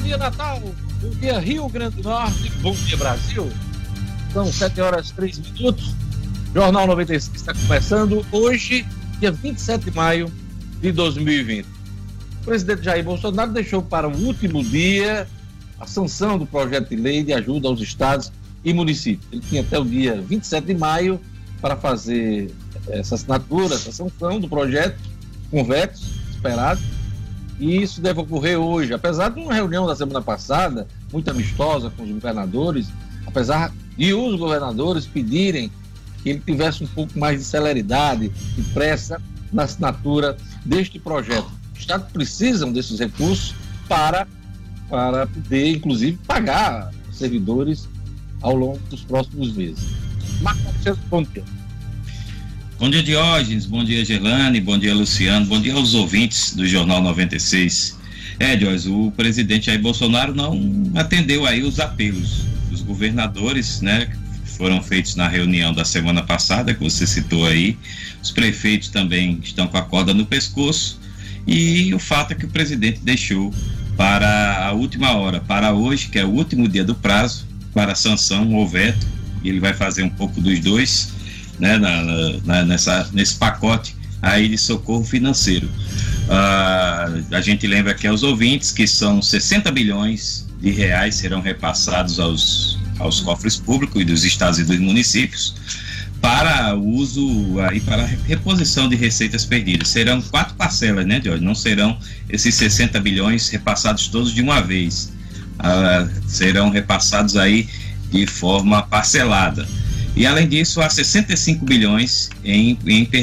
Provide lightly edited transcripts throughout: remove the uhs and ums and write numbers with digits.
dia Natal, bom dia Rio Grande do Norte, bom dia Brasil. São 7h03. Jornal 96 está começando hoje, dia 27 de maio de 2020. O presidente Jair Bolsonaro deixou para o último dia a sanção do projeto de lei de ajuda aos estados e municípios. Ele tinha até o dia 27 de maio para fazer essa assinatura, essa sanção do projeto com vetos esperados. E isso deve ocorrer hoje, apesar de uma reunião da semana passada, muito amistosa com os governadores, apesar de os governadores pedirem que ele tivesse um pouco mais de celeridade e pressa na assinatura deste projeto. Os estados precisam desses recursos para poder, inclusive, pagar os servidores ao longo dos próximos meses. Marcos Alexandre, bom dia. Bom dia, Diógenes, bom dia, Gerlane, bom dia, Luciano, bom dia aos ouvintes do Jornal 96. Diógenes, o presidente Jair Bolsonaro não atendeu aí os apelos dos governadores, né, que foram feitos na reunião da semana passada, que você citou aí. Os prefeitos também estão com a corda no pescoço, e o fato é que o presidente deixou para a última hora, para hoje, que é o último dia do prazo, para a sanção ou veto, e ele vai fazer um pouco dos dois, né, nesse pacote aí de socorro financeiro. A gente lembra aqui aos ouvintes que são 60 bilhões de reais serão repassados aos cofres públicos dos estados e dos municípios para uso aí, para reposição de receitas perdidas. Serão 4 parcelas, né, Jorge? Não serão esses 60 bilhões repassados todos de uma vez. Serão repassados aí de forma parcelada. E além disso, há 65 bilhões em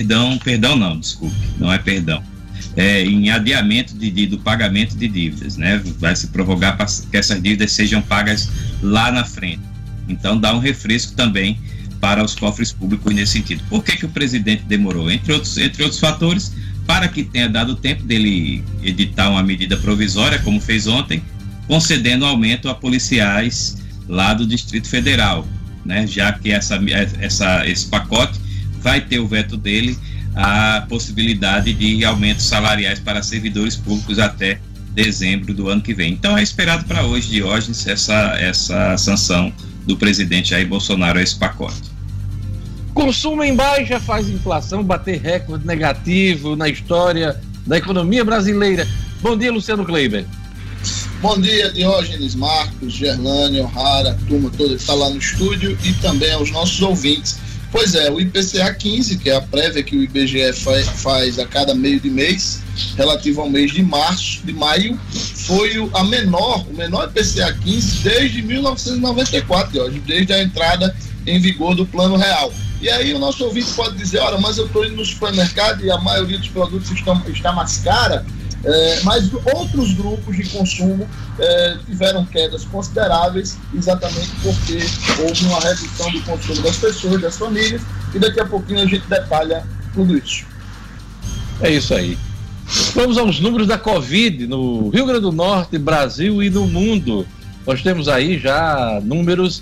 em adiamento do pagamento de dívidas, né? Vai se prorrogar para que essas dívidas sejam pagas lá na frente. Então dá um refresco também para os cofres públicos nesse sentido. Por que o presidente demorou? Entre outros fatores, para que tenha dado tempo dele editar uma medida provisória, como fez ontem, concedendo aumento a policiais lá do Distrito Federal, né? Já que esse pacote vai ter o veto dele, a possibilidade de aumentos salariais para servidores públicos até dezembro do ano que vem. Então é esperado para hoje, Diógenes, essa sanção do presidente Jair Bolsonaro a esse pacote. Consumo em baixa faz inflação bater recorde negativo na história da economia brasileira. Bom dia, Luciano Kleiber. Bom dia, Diógenes, Marcos, Gerlane, O'Hara, turma toda que está lá no estúdio, e também aos nossos ouvintes. Pois é, o IPCA 15, que é a prévia que o IBGE faz a cada meio de mês, relativo ao mês de maio, foi o menor IPCA 15 desde 1994, Diógenes, desde a entrada em vigor do Plano Real. E aí o nosso ouvinte pode dizer, olha, mas eu estou indo no supermercado e a maioria dos produtos está mais cara. Mas outros grupos de consumo tiveram quedas consideráveis, exatamente porque houve uma redução do consumo das pessoas, das famílias, e daqui a pouquinho a gente detalha tudo isso. É isso aí. Vamos aos números da Covid no Rio Grande do Norte, Brasil e no mundo. Nós temos aí já números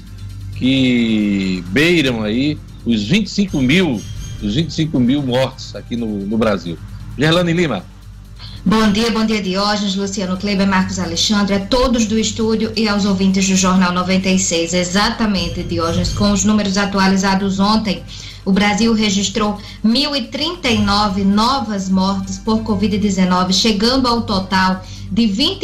que beiram aí os 25 mil mortes aqui no Brasil. Gerlane Lima. Bom dia Diógenes, Luciano Kleiber, Marcos Alexandre, a todos do estúdio e aos ouvintes do Jornal 96. Exatamente, Diógenes, com os números atualizados ontem, o Brasil registrou 1.039 novas mortes por Covid-19, chegando ao total de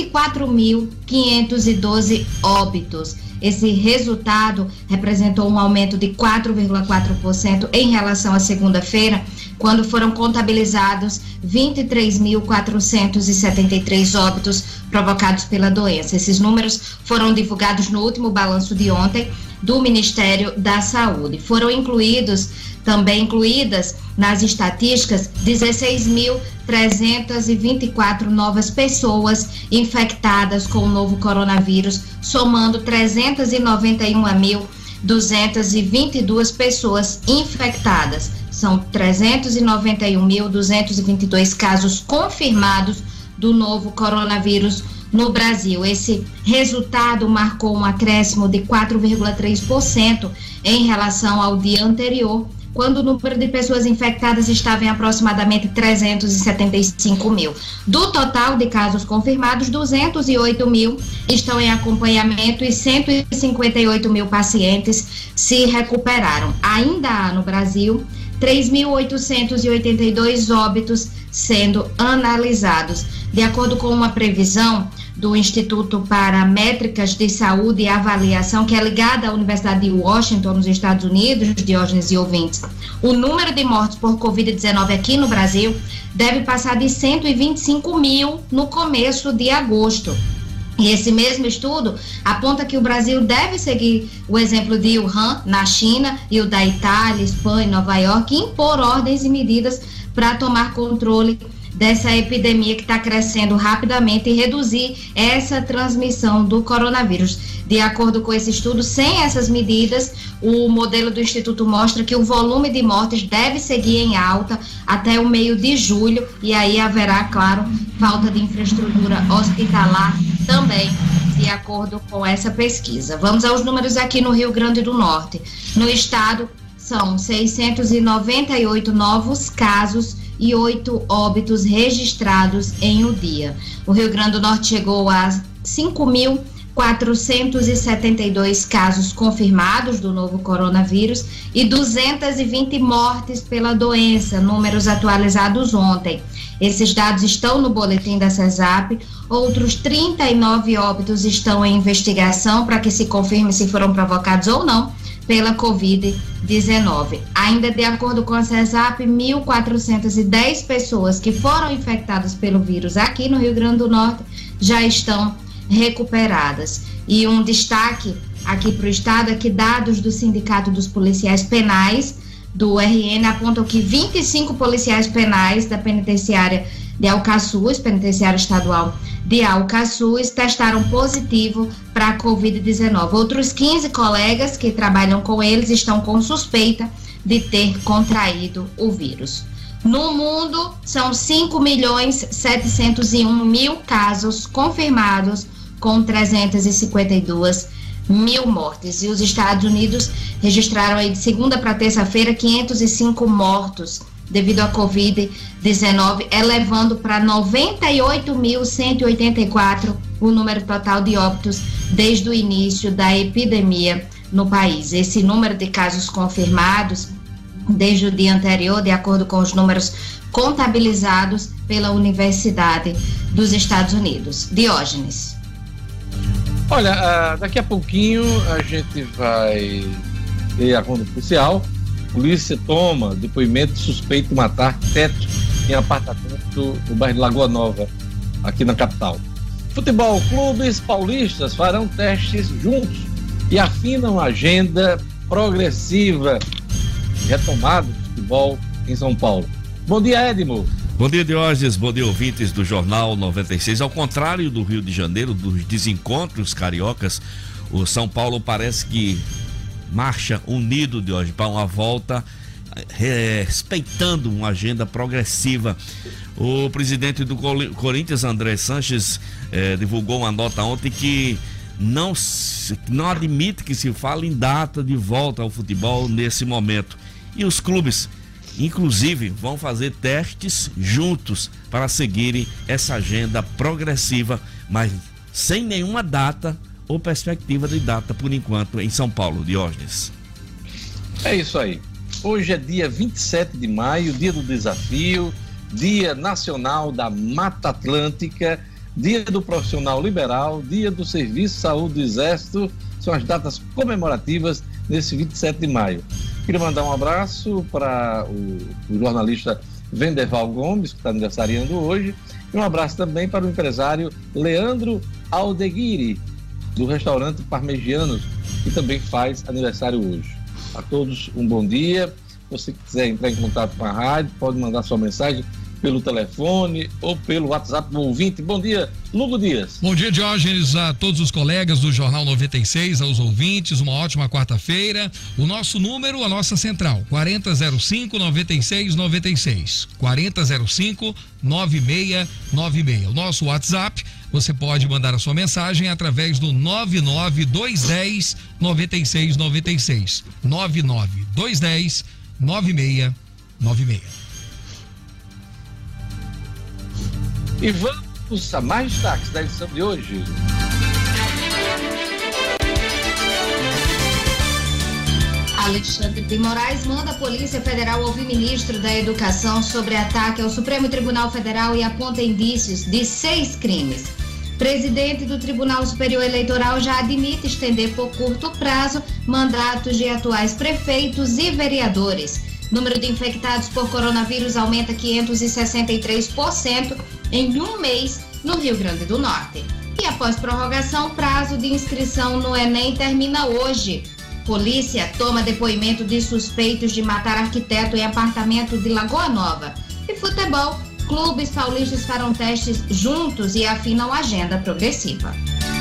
24.512 óbitos. Esse resultado representou um aumento de 4,4% em relação à segunda-feira, quando foram contabilizados 23.473 óbitos provocados pela doença. Esses números foram divulgados no último balanço de ontem do Ministério da Saúde. Foram incluídas nas estatísticas 16.324 novas pessoas infectadas com o novo coronavírus, somando 391.222 pessoas infectadas. São 391.222 casos confirmados do novo coronavírus no Brasil. Esse resultado marcou um acréscimo de 4,3% em relação ao dia anterior, quando o número de pessoas infectadas estava em aproximadamente 375 mil. Do total de casos confirmados, 208 mil estão em acompanhamento e 158 mil pacientes se recuperaram. Ainda há no Brasil 3.882 óbitos sendo analisados. De acordo com uma previsão do Instituto para Métricas de Saúde e Avaliação, que é ligada à Universidade de Washington, nos Estados Unidos, Diógenes e ouvintes, o número de mortes por Covid-19 aqui no Brasil deve passar de 125 mil no começo de agosto. E esse mesmo estudo aponta que o Brasil deve seguir o exemplo de Wuhan, na China, e o da Itália, Espanha e Nova York, e impor ordens e medidas para tomar controle dessa epidemia que está crescendo rapidamente e reduzir essa transmissão do coronavírus. De acordo com esse estudo, sem essas medidas, o modelo do Instituto mostra que o volume de mortes deve seguir em alta até o meio de julho, e aí haverá, claro, falta de infraestrutura hospitalar também, de acordo com essa pesquisa. Vamos aos números aqui no Rio Grande do Norte. No estado, são 698 novos casos e 8 óbitos registrados em um dia. O Rio Grande do Norte chegou a 5.472 casos confirmados do novo coronavírus e 220 mortes pela doença, números atualizados ontem. Esses dados estão no boletim da CESAP. Outros 39 óbitos estão em investigação para que se confirme se foram provocados ou não pela Covid-19. Ainda de acordo com a CESAP, 1.410 pessoas que foram infectadas pelo vírus aqui no Rio Grande do Norte já estão recuperadas. E um destaque aqui para o estado é que dados do Sindicato dos Policiais Penais, do RN, apontam que 25 policiais penais da penitenciária de Alcaçuz, penitenciária estadual de Alcaçuz, testaram positivo para a Covid-19. Outros 15 colegas que trabalham com eles estão com suspeita de ter contraído o vírus. No mundo, são 5.701.000 casos confirmados, com 352 mil mortes. E os Estados Unidos registraram aí de segunda para terça-feira 505 mortos devido à Covid-19, elevando para 98.184 o número total de óbitos desde o início da epidemia no país. Esse número de casos confirmados desde o dia anterior, de acordo com os números contabilizados pela Universidade dos Estados Unidos. Diógenes. Olha, daqui a pouquinho a gente vai ter a ronda policial. Polícia toma depoimento de suspeito de matar arquiteto em apartamento no bairro de Lagoa Nova, aqui na capital. Futebol, clubes paulistas farão testes juntos e afinam a agenda progressiva retomada do futebol em São Paulo. Bom dia, Edmo. Bom dia, Diógenes. Bom dia, ouvintes do Jornal 96. Ao contrário do Rio de Janeiro, dos desencontros cariocas, o São Paulo parece que marcha unido, Diógenes, para uma volta respeitando uma agenda progressiva. O presidente do Corinthians, André Sanches, divulgou uma nota ontem que não admite que se fale em data de volta ao futebol nesse momento. E os clubes, inclusive, vão fazer testes juntos para seguirem essa agenda progressiva, mas sem nenhuma data ou perspectiva de data por enquanto em São Paulo. Diógenes. É isso aí. Hoje é dia 27 de maio, dia do desafio, dia nacional da Mata Atlântica, dia do profissional liberal, dia do Serviço de Saúde do Exército. São as datas comemorativas nesse 27 de maio. Queria mandar um abraço para o jornalista Vendeval Gomes, que está aniversariando hoje, e um abraço também para o empresário Leandro Aldeguiri, do restaurante Parmegianos, que também faz aniversário hoje. A todos um bom dia. Se você quiser entrar em contato com a rádio, pode mandar sua mensagem pelo telefone ou pelo WhatsApp do ouvinte. Bom dia, Lugo Dias. Bom dia, Diógenes, a todos os colegas do Jornal 96, aos ouvintes, uma ótima quarta-feira. O nosso número, a nossa central, 4005-9696, 4005-9696. O nosso WhatsApp, você pode mandar a sua mensagem através do 99210-9696, 99210 9696. E vamos a mais destaques da edição de hoje. Alexandre de Moraes manda a Polícia Federal ouvir ministro da Educação sobre ataque ao Supremo Tribunal Federal e aponta indícios de 6 crimes. Presidente do Tribunal Superior Eleitoral já admite estender por curto prazo mandatos de atuais prefeitos e vereadores. Número de infectados por coronavírus aumenta 563% em um mês no Rio Grande do Norte. E após prorrogação, prazo de inscrição no Enem termina hoje. Polícia toma depoimento de suspeitos de matar arquiteto em apartamento de Lagoa Nova. E futebol, clubes paulistas farão testes juntos e afinam agenda progressiva.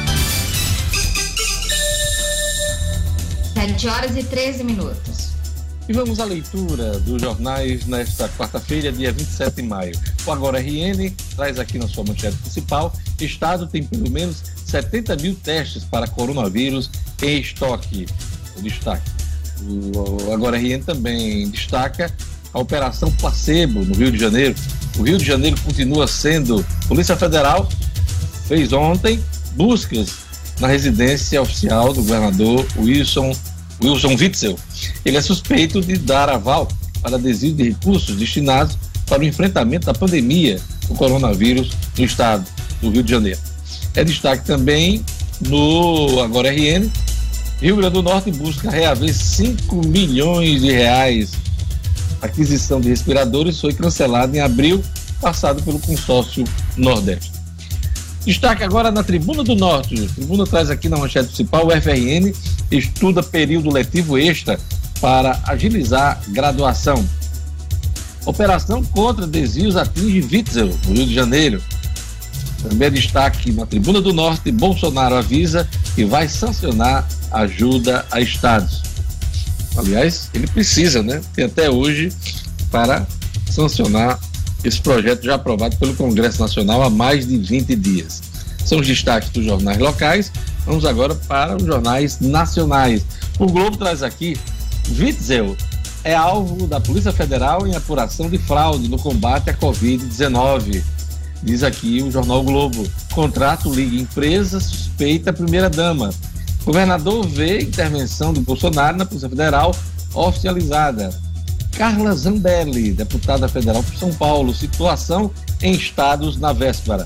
7h13. E vamos à leitura dos jornais nesta quarta-feira, dia 27 de maio. O Agora RN traz aqui na sua manchete principal: Estado tem pelo menos 70 mil testes para coronavírus em estoque. O destaque. O Agora RN também destaca a Operação Placebo no Rio de Janeiro. O Rio de Janeiro continua sendo. Polícia Federal fez ontem buscas na residência oficial do governador Wilson Witzel. Ele é suspeito de dar aval para desvio de recursos destinados para o enfrentamento da pandemia do coronavírus no estado do Rio de Janeiro. É destaque também no Agora RN. Rio Grande do Norte busca reaver 5 milhões de reais. A aquisição de respiradores foi cancelada em abril passado pelo consórcio Nordeste. Destaque agora na Tribuna do Norte. A Tribuna traz aqui na manchete principal: o FRN estuda período letivo extra para agilizar graduação. Operação contra desvios atinge Witzel, no Rio de Janeiro. Também é destaque na Tribuna do Norte: Bolsonaro avisa que vai sancionar ajuda a estados. Aliás, ele precisa, né? Tem até hoje para sancionar esse projeto já aprovado pelo Congresso Nacional há mais de 20 dias. São os destaques dos jornais locais. Vamos agora para os jornais nacionais. O Globo traz aqui: Witzel é alvo da Polícia Federal em apuração de fraude no combate à Covid-19. Diz aqui o jornal Globo: contrato liga empresa suspeita primeira-dama. Governador vê intervenção de Bolsonaro na Polícia Federal oficializada. Carla Zambelli, deputada federal por São Paulo: situação em estados na véspera.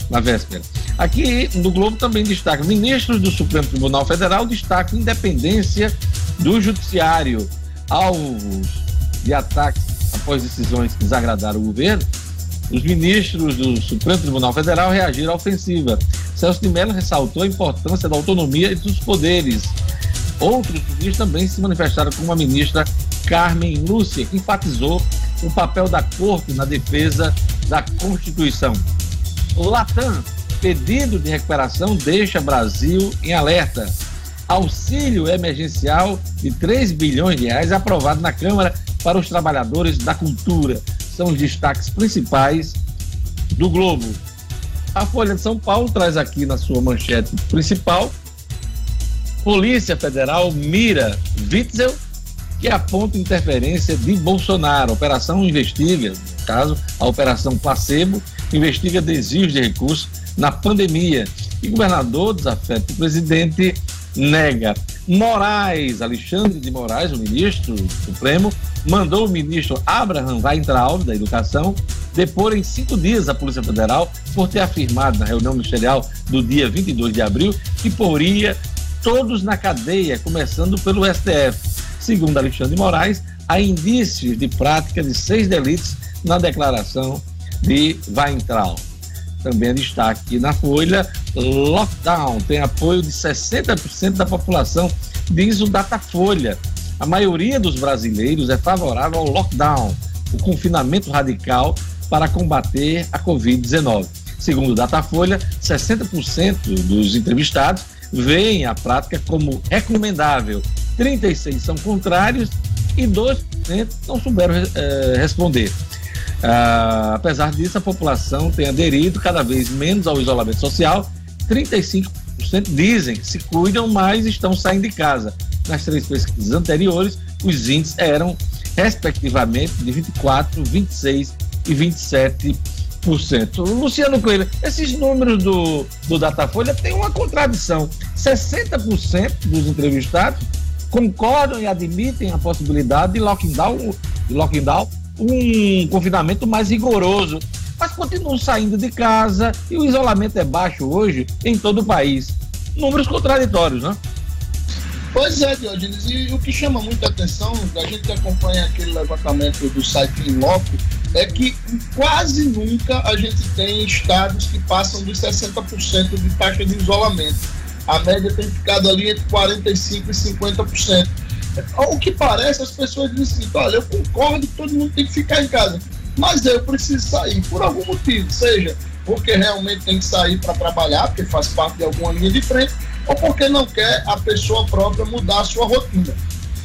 Aqui no Globo também destaca: ministros do Supremo Tribunal Federal destacam independência do judiciário. Alvos de ataques após decisões que desagradaram o governo, os ministros do Supremo Tribunal Federal reagiram à ofensiva. Celso de Mello ressaltou a importância da autonomia e dos poderes. Outros ministros também se manifestaram, como a ministra Carmen Lúcia, que enfatizou o papel da Corte na defesa da Constituição. O Latam, pedido de recuperação deixa Brasil em alerta. Auxílio emergencial de 3 bilhões de reais aprovado na Câmara para os trabalhadores da cultura. São os destaques principais do Globo. A Folha de São Paulo traz aqui na sua manchete principal: Polícia Federal mira Witzel, que aponta interferência de Bolsonaro. A operação investiga, no caso, a Operação Placebo, investiga desvios de recursos na pandemia. E governador, desafeto do presidente, nega. Alexandre de Moraes, o ministro do Supremo, mandou o ministro Abraham Weintraub, da Educação, depor em 5 dias a Polícia Federal por ter afirmado na reunião ministerial do dia 22 de abril que poria todos na cadeia, começando pelo STF. Segundo Alexandre de Moraes, há indícios de prática de 6 delitos na declaração de Weintraub. Também é destaque na Folha: lockdown tem apoio de 60% da população, diz o Datafolha. A maioria dos brasileiros é favorável ao lockdown, o confinamento radical para combater a Covid-19. Segundo o Datafolha, 60% dos entrevistados veem a prática como recomendável, 36% são contrários e 2% não souberam responder. Apesar disso, a população tem aderido cada vez menos ao isolamento social. 35% dizem que se cuidam, mas estão saindo de casa. Nas 3 pesquisas anteriores, os índices eram respectivamente, de 24%, 26% e 27%. Luciano Kleber, esses números do Datafolha têm uma contradição. 60% dos entrevistados concordam e admitem a possibilidade de lockdown, um confinamento mais rigoroso, mas continuam saindo de casa e o isolamento é baixo hoje em todo o país. Números contraditórios, né? Pois é, Diógenes, e o que chama muita atenção, a gente que acompanha aquele levantamento do site Inloco, é que quase nunca a gente tem estados que passam dos 60% de taxa de isolamento. A média tem ficado ali entre 45% e 50%. Ao que parece, as pessoas dizem assim, olha, eu concordo que todo mundo tem que ficar em casa, mas eu preciso sair por algum motivo, seja porque realmente tem que sair para trabalhar, porque faz parte de alguma linha de frente, ou porque não quer a pessoa própria mudar a sua rotina.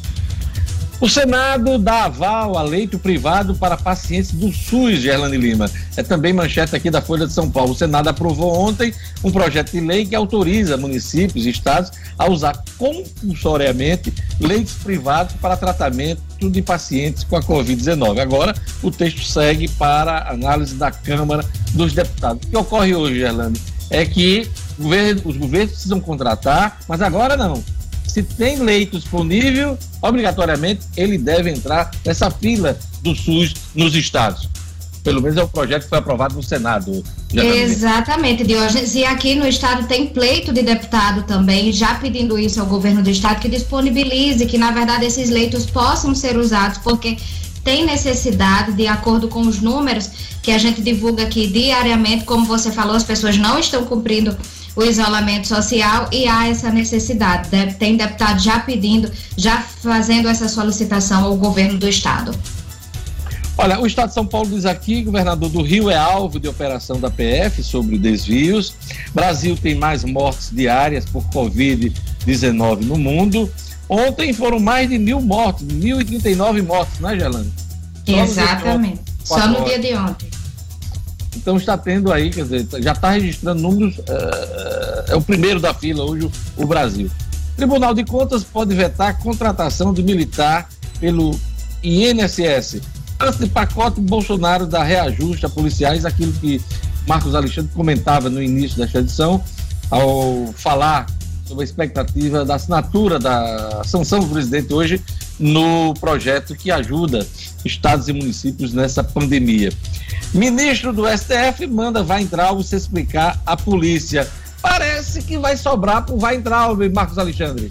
O Senado dá aval a leito privado para pacientes do SUS, Gerlane Lima. É também manchete aqui da Folha de São Paulo. O Senado aprovou ontem um projeto de lei que autoriza municípios e estados a usar compulsoriamente leitos privados para tratamento de pacientes com a Covid-19. Agora, o texto segue para análise da Câmara dos Deputados. O que ocorre hoje, Gerlane, é que os governos precisam contratar, mas agora não. Se tem leito disponível, obrigatoriamente ele deve entrar nessa fila do SUS nos estados. Pelo menos é o projeto que foi aprovado no Senado. Exatamente, Diógenes. E aqui no estado tem pleito de deputado também, já pedindo isso ao governo do estado, que disponibilize, que na verdade esses leitos possam ser usados, porque tem necessidade, de acordo com os números que a gente divulga aqui diariamente, como você falou, as pessoas não estão cumprindo o isolamento social e há essa necessidade. Tem deputado já pedindo, já fazendo essa solicitação ao governo do estado. Olha, o estado de São Paulo diz aqui, governador do Rio é alvo de operação da PF sobre desvios. Brasil tem mais mortes diárias por Covid-19 no mundo. Ontem foram mais de 1.000 mortes, 1.039 mortes, né, Gerlane? Exatamente, só no dia de ontem. Então está tendo aí, quer dizer, já está registrando números, é o primeiro da fila hoje o Brasil. Tribunal de Contas pode vetar a contratação de militar pelo INSS. Antes de pacote, Bolsonaro dá reajuste a policiais, aquilo que Marcos Alexandre comentava no início desta edição, ao falar sobre a expectativa da assinatura da sanção do presidente hoje no projeto que ajuda estados e municípios nessa pandemia. Ministro do STF manda Weintraub se explicar à polícia. Parece que vai sobrar para o Weintraub, Marcos Alexandre.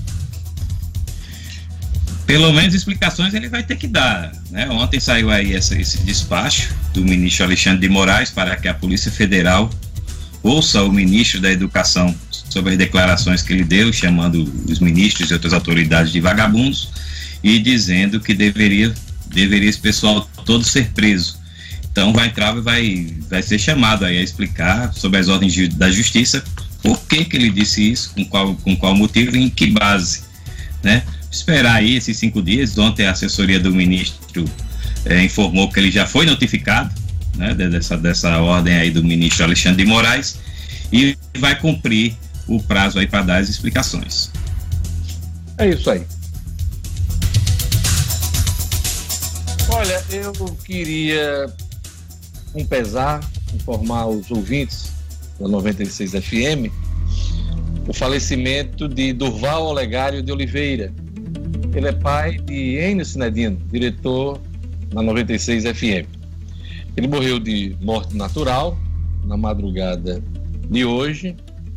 Pelo menos explicações ele vai ter que dar, né? Ontem saiu aí esse despacho do ministro Alexandre de Moraes para que a Polícia Federal ouça o ministro da Educação sobre as declarações que ele deu, chamando os ministros e outras autoridades de vagabundos e dizendo que deveria esse pessoal todo ser preso. Então o Weintraub vai ser chamado aí a explicar sobre as ordens da justiça, por que ele disse isso, com qual motivo e em que base, né? Esperar aí esses 5 dias. Ontem a assessoria do ministro informou que ele já foi notificado, né, dessa ordem aí do ministro Alexandre de Moraes e vai cumprir o prazo aí para dar as explicações. É isso aí. Olha, eu queria, com pesar, informar os ouvintes da 96 FM o falecimento de Durval Olegário de Oliveira. Ele é pai de Enio Sinedino, diretor na 96 FM. Ele morreu de morte natural na madrugada de hoje.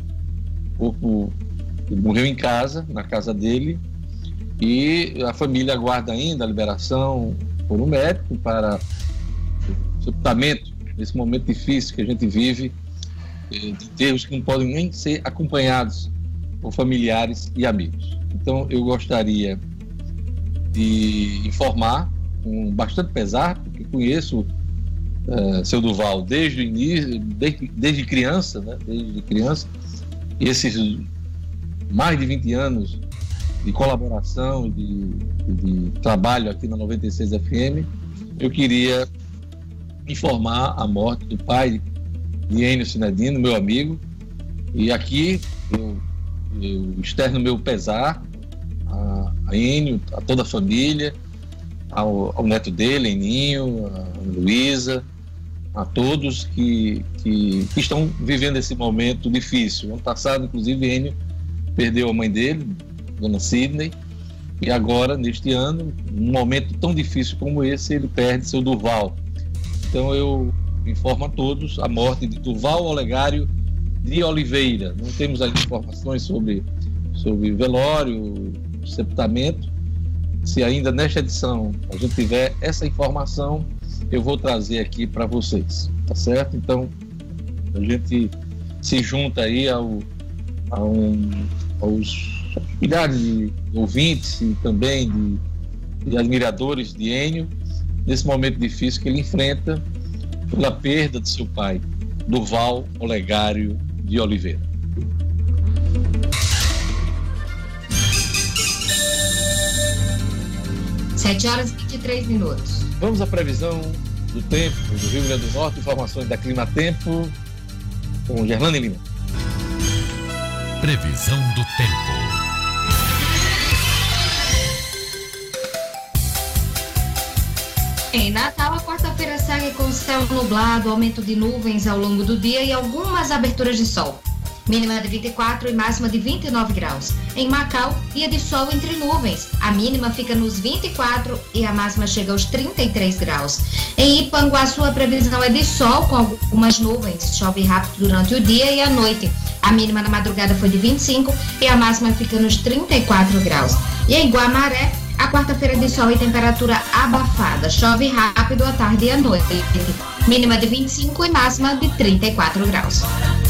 Ele morreu em casa, na casa dele, e a família aguarda ainda a liberação por um médico para o sepultamento nesse momento difícil que a gente vive, de enterros que não podem nem ser acompanhados por familiares e amigos. Então eu gostaria de informar, com bastante pesar, porque conheço seu Durval desde o início, desde criança, né? Desde criança, e esses mais de 20 anos de colaboração, de trabalho aqui na 96 FM, eu queria informar a morte do pai de Enio Sinedino, meu amigo, e aqui eu externo meu pesar a Enio, a toda a família, ao neto dele, Eninho, a Luísa, a todos que estão vivendo esse momento difícil. Ano passado, inclusive, Enio perdeu a mãe dele, Dona Sidney, e agora, neste ano, num momento tão difícil como esse, ele perde seu Durval. Então eu informo a todos a morte de Durval Olegário de Oliveira. Não temos ainda informações sobre velório, sepultamento. Se ainda nesta edição a gente tiver essa informação, eu vou trazer aqui para vocês, tá certo? Então, a gente se junta aí aos milhares de ouvintes e também de admiradores de Enio, nesse momento difícil que ele enfrenta pela perda de seu pai, Durval Olegário de Oliveira. Sete horas e 23 minutos. Vamos à previsão do tempo do Rio Grande do Norte, informações da Clima Tempo, com Gerlane Lima. Previsão do tempo. Em Natal, a quarta-feira segue com céu nublado, aumento de nuvens ao longo do dia e algumas aberturas de sol. Mínima de 24 e máxima de 29 graus. Em Macau, dia de sol entre nuvens. A mínima fica nos 24 e a máxima chega aos 33 graus. Em Ipanguaçu, a previsão é de sol com algumas nuvens. Chove rápido durante o dia e a noite. A mínima na madrugada foi de 25 e a máxima fica nos 34 graus. E em Guamaré, a quarta-feira de sol e temperatura abafada. Chove rápido à tarde e à noite. Mínima de 25 e máxima de 34 graus.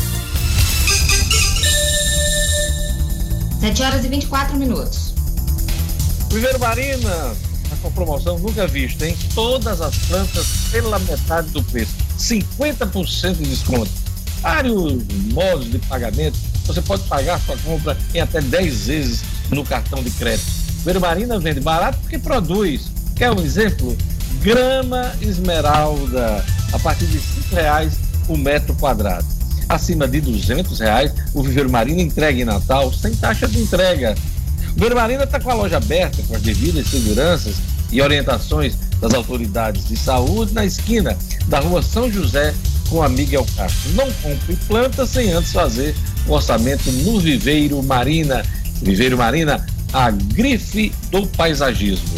7 horas e 24 minutos. Viveiro Marina, com promoção nunca vista, hein? Todas as plantas pela metade do preço. 50% de desconto. Vários modos de pagamento. Você pode pagar sua compra em até 10 vezes no cartão de crédito. Viveiro Marina vende barato porque produz. Quer um exemplo? Grama esmeralda, a partir de R$5 o metro quadrado. Acima de R$200, o Viveiro Marina entrega em Natal sem taxa de entrega. O Viveiro Marina está com a loja aberta, com as devidas seguranças e orientações das autoridades de saúde na esquina da rua São José com a Miguel Castro. Não compre planta sem antes fazer o orçamento no Viveiro Marina. Viveiro Marina, a grife do paisagismo.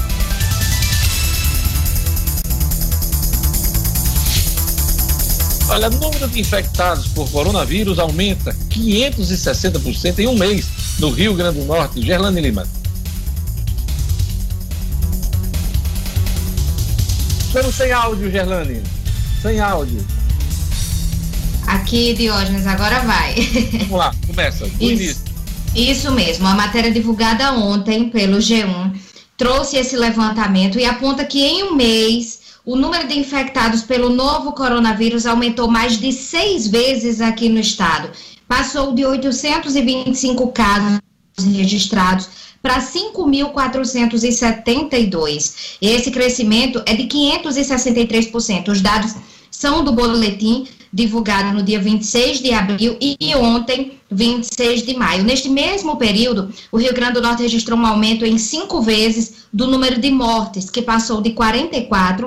Olha, o número de infectados por coronavírus aumenta 560% em um mês no Rio Grande do Norte. Gerlane Lima. Estamos sem áudio, Gerlane. Sem áudio. Aqui, Diógenes, agora vai. Vamos lá, começa. Isso mesmo. A matéria divulgada ontem pelo G1 trouxe esse levantamento e aponta que em um mês o número de infectados pelo novo coronavírus aumentou mais de 6 vezes aqui no estado. Passou de 825 casos registrados para 5.472. Esse crescimento é de 563%. Os dados são do boletim divulgado no dia 26 de abril e ontem, 26 de maio. Neste mesmo período, o Rio Grande do Norte registrou um aumento em 5 vezes do número de mortes, que passou de 44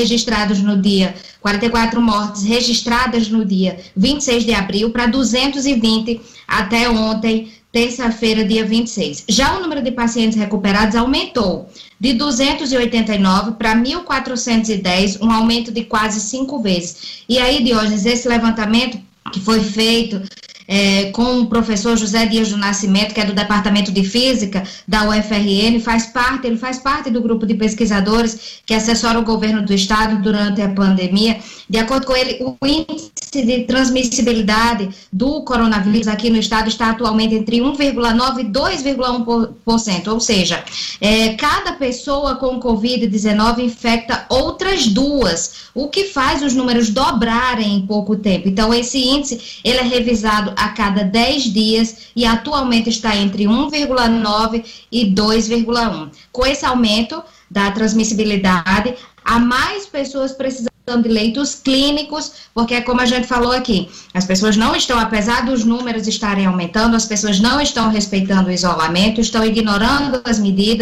mortes registradas no dia 26 de abril para 220 até ontem, terça-feira, dia 26. Já o número de pacientes recuperados aumentou de 289 para 1.410, um aumento de quase 5 vezes. E aí, Diógenes, esse levantamento que foi feito com o professor José Dias do Nascimento, que é do Departamento de Física da UFRN, ele faz parte do grupo de pesquisadores que assessora o governo do estado durante a pandemia. De acordo com ele, o índice de transmissibilidade do coronavírus aqui no estado está atualmente entre 1,9% e 2,1%, ou seja, cada pessoa com Covid-19 infecta outras duas, o que faz os números dobrarem em pouco tempo. Então, esse índice, ele é revisado a cada 10 dias e atualmente está entre 1,9% e 2,1%. Com esse aumento da transmissibilidade, há mais pessoas precisando de leitos clínicos, porque como a gente falou aqui, as pessoas não estão, apesar dos números estarem aumentando, as pessoas não estão respeitando o isolamento, estão ignorando as medidas,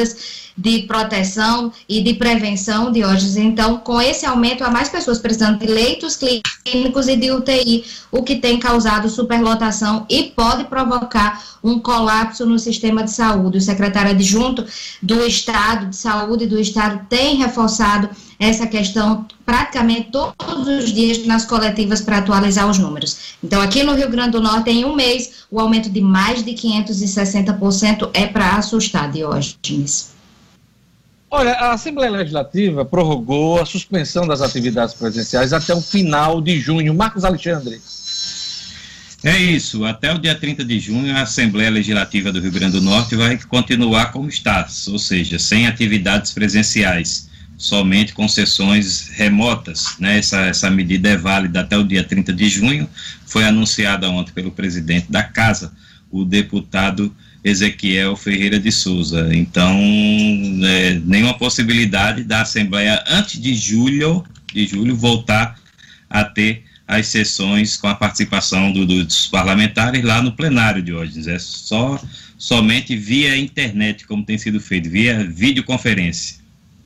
de proteção e de prevenção, Diógenes. Então, com esse aumento, há mais pessoas precisando de leitos clínicos e de UTI, o que tem causado superlotação e pode provocar um colapso no sistema de saúde. O secretário adjunto do Estado de Saúde do Estado tem reforçado essa questão praticamente todos os dias nas coletivas para atualizar os números. Então, aqui no Rio Grande do Norte, em um mês, o aumento de mais de 560% é para assustar, Diógenes. Olha, a Assembleia Legislativa prorrogou a suspensão das atividades presenciais até o final de junho. Marcos Alexandre. É isso, até o dia 30 de junho a Assembleia Legislativa do Rio Grande do Norte vai continuar como está, ou seja, sem atividades presenciais, somente com sessões remotas, né? Essa medida é válida até o dia 30 de junho, foi anunciada ontem pelo presidente da Casa, o deputado Ezequiel Ferreira de Souza. Então, nenhuma possibilidade da Assembleia, antes de julho voltar a ter as sessões com a participação dos parlamentares lá no plenário de hoje. É somente via internet, como tem sido feito, via videoconferência.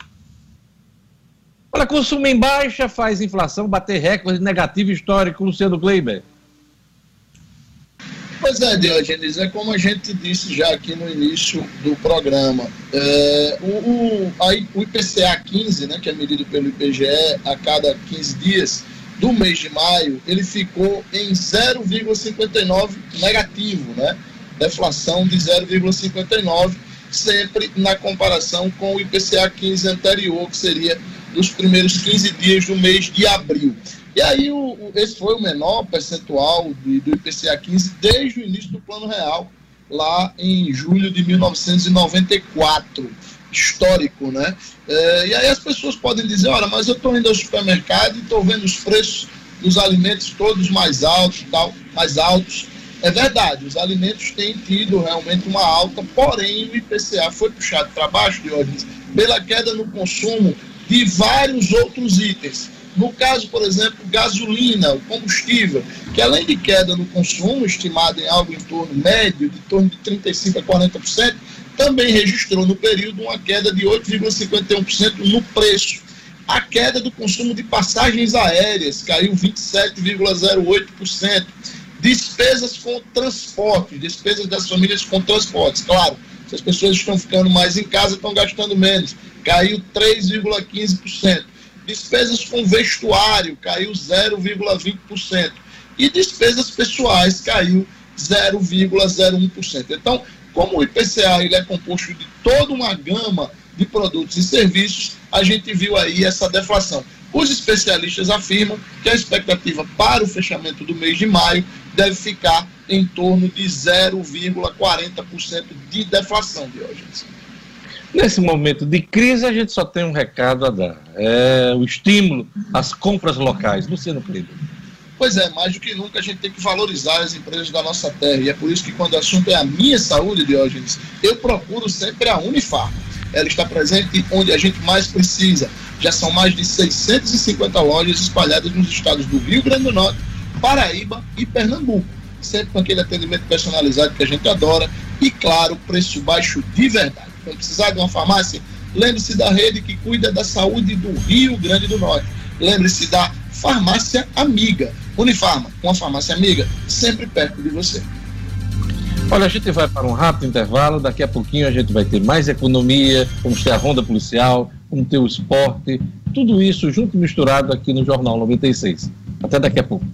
Olha, consumo em baixa faz inflação bater recorde negativo histórico, Luciano Kleiber. Pois é, Diógenes, é como a gente disse já aqui no início do programa. O IPCA 15, né, que é medido pelo IBGE a cada 15 dias, do mês de maio, ele ficou em 0,59 negativo, né? Deflação de 0,59, sempre na comparação com o IPCA 15 anterior, que seria dos primeiros 15 dias do mês de abril. E aí, esse foi o menor percentual do IPCA 15 desde o início do Plano Real, lá em julho de 1994. Histórico, né? E aí as pessoas podem dizer, olha, mas eu estou indo ao supermercado e estou vendo os preços dos alimentos todos mais altos, mais altos. É verdade, os alimentos têm tido realmente uma alta, porém o IPCA foi puxado para baixo, Diógenes, pela queda no consumo de vários outros itens. No caso, por exemplo, gasolina, o combustível, que além de queda no consumo, estimado em algo em torno médio, de torno de 35% a 40%, também registrou no período uma queda de 8,51% no preço. A queda do consumo de passagens aéreas caiu 27,08%. Despesas com transporte, despesas das famílias com transportes. Claro, se as pessoas estão ficando mais em casa, estão gastando menos. Caiu 3,15%. Despesas com vestuário caiu 0,20%. E despesas pessoais caiu 0,01%. Então, como o IPCA ele é composto de toda uma gama de produtos e serviços, a gente viu aí essa deflação. Os especialistas afirmam que a expectativa para o fechamento do mês de maio deve ficar em torno de 0,40% de deflação, Diógenes. Nesse momento de crise, a gente só tem um recado a dar. É o estímulo às compras locais. Luciano Kleiber. Pois é, mais do que nunca a gente tem que valorizar as empresas da nossa terra. E é por isso que quando o assunto é a minha saúde, Diógenes, eu procuro sempre a Unifarma. Ela está presente onde a gente mais precisa. Já são mais de 650 lojas espalhadas nos estados do Rio Grande do Norte, Paraíba e Pernambuco. Sempre com aquele atendimento personalizado que a gente adora e, claro, preço baixo de verdade. Quando precisar de uma farmácia, lembre-se da rede que cuida da saúde do Rio Grande do Norte. Lembre-se da Farmácia Amiga. Unifarma, uma farmácia amiga, sempre perto de você. Olha, a gente vai para um rápido intervalo, daqui a pouquinho a gente vai ter mais economia, vamos ter a ronda policial, vamos ter o esporte, tudo isso junto e misturado aqui no Jornal 96. Até daqui a pouco.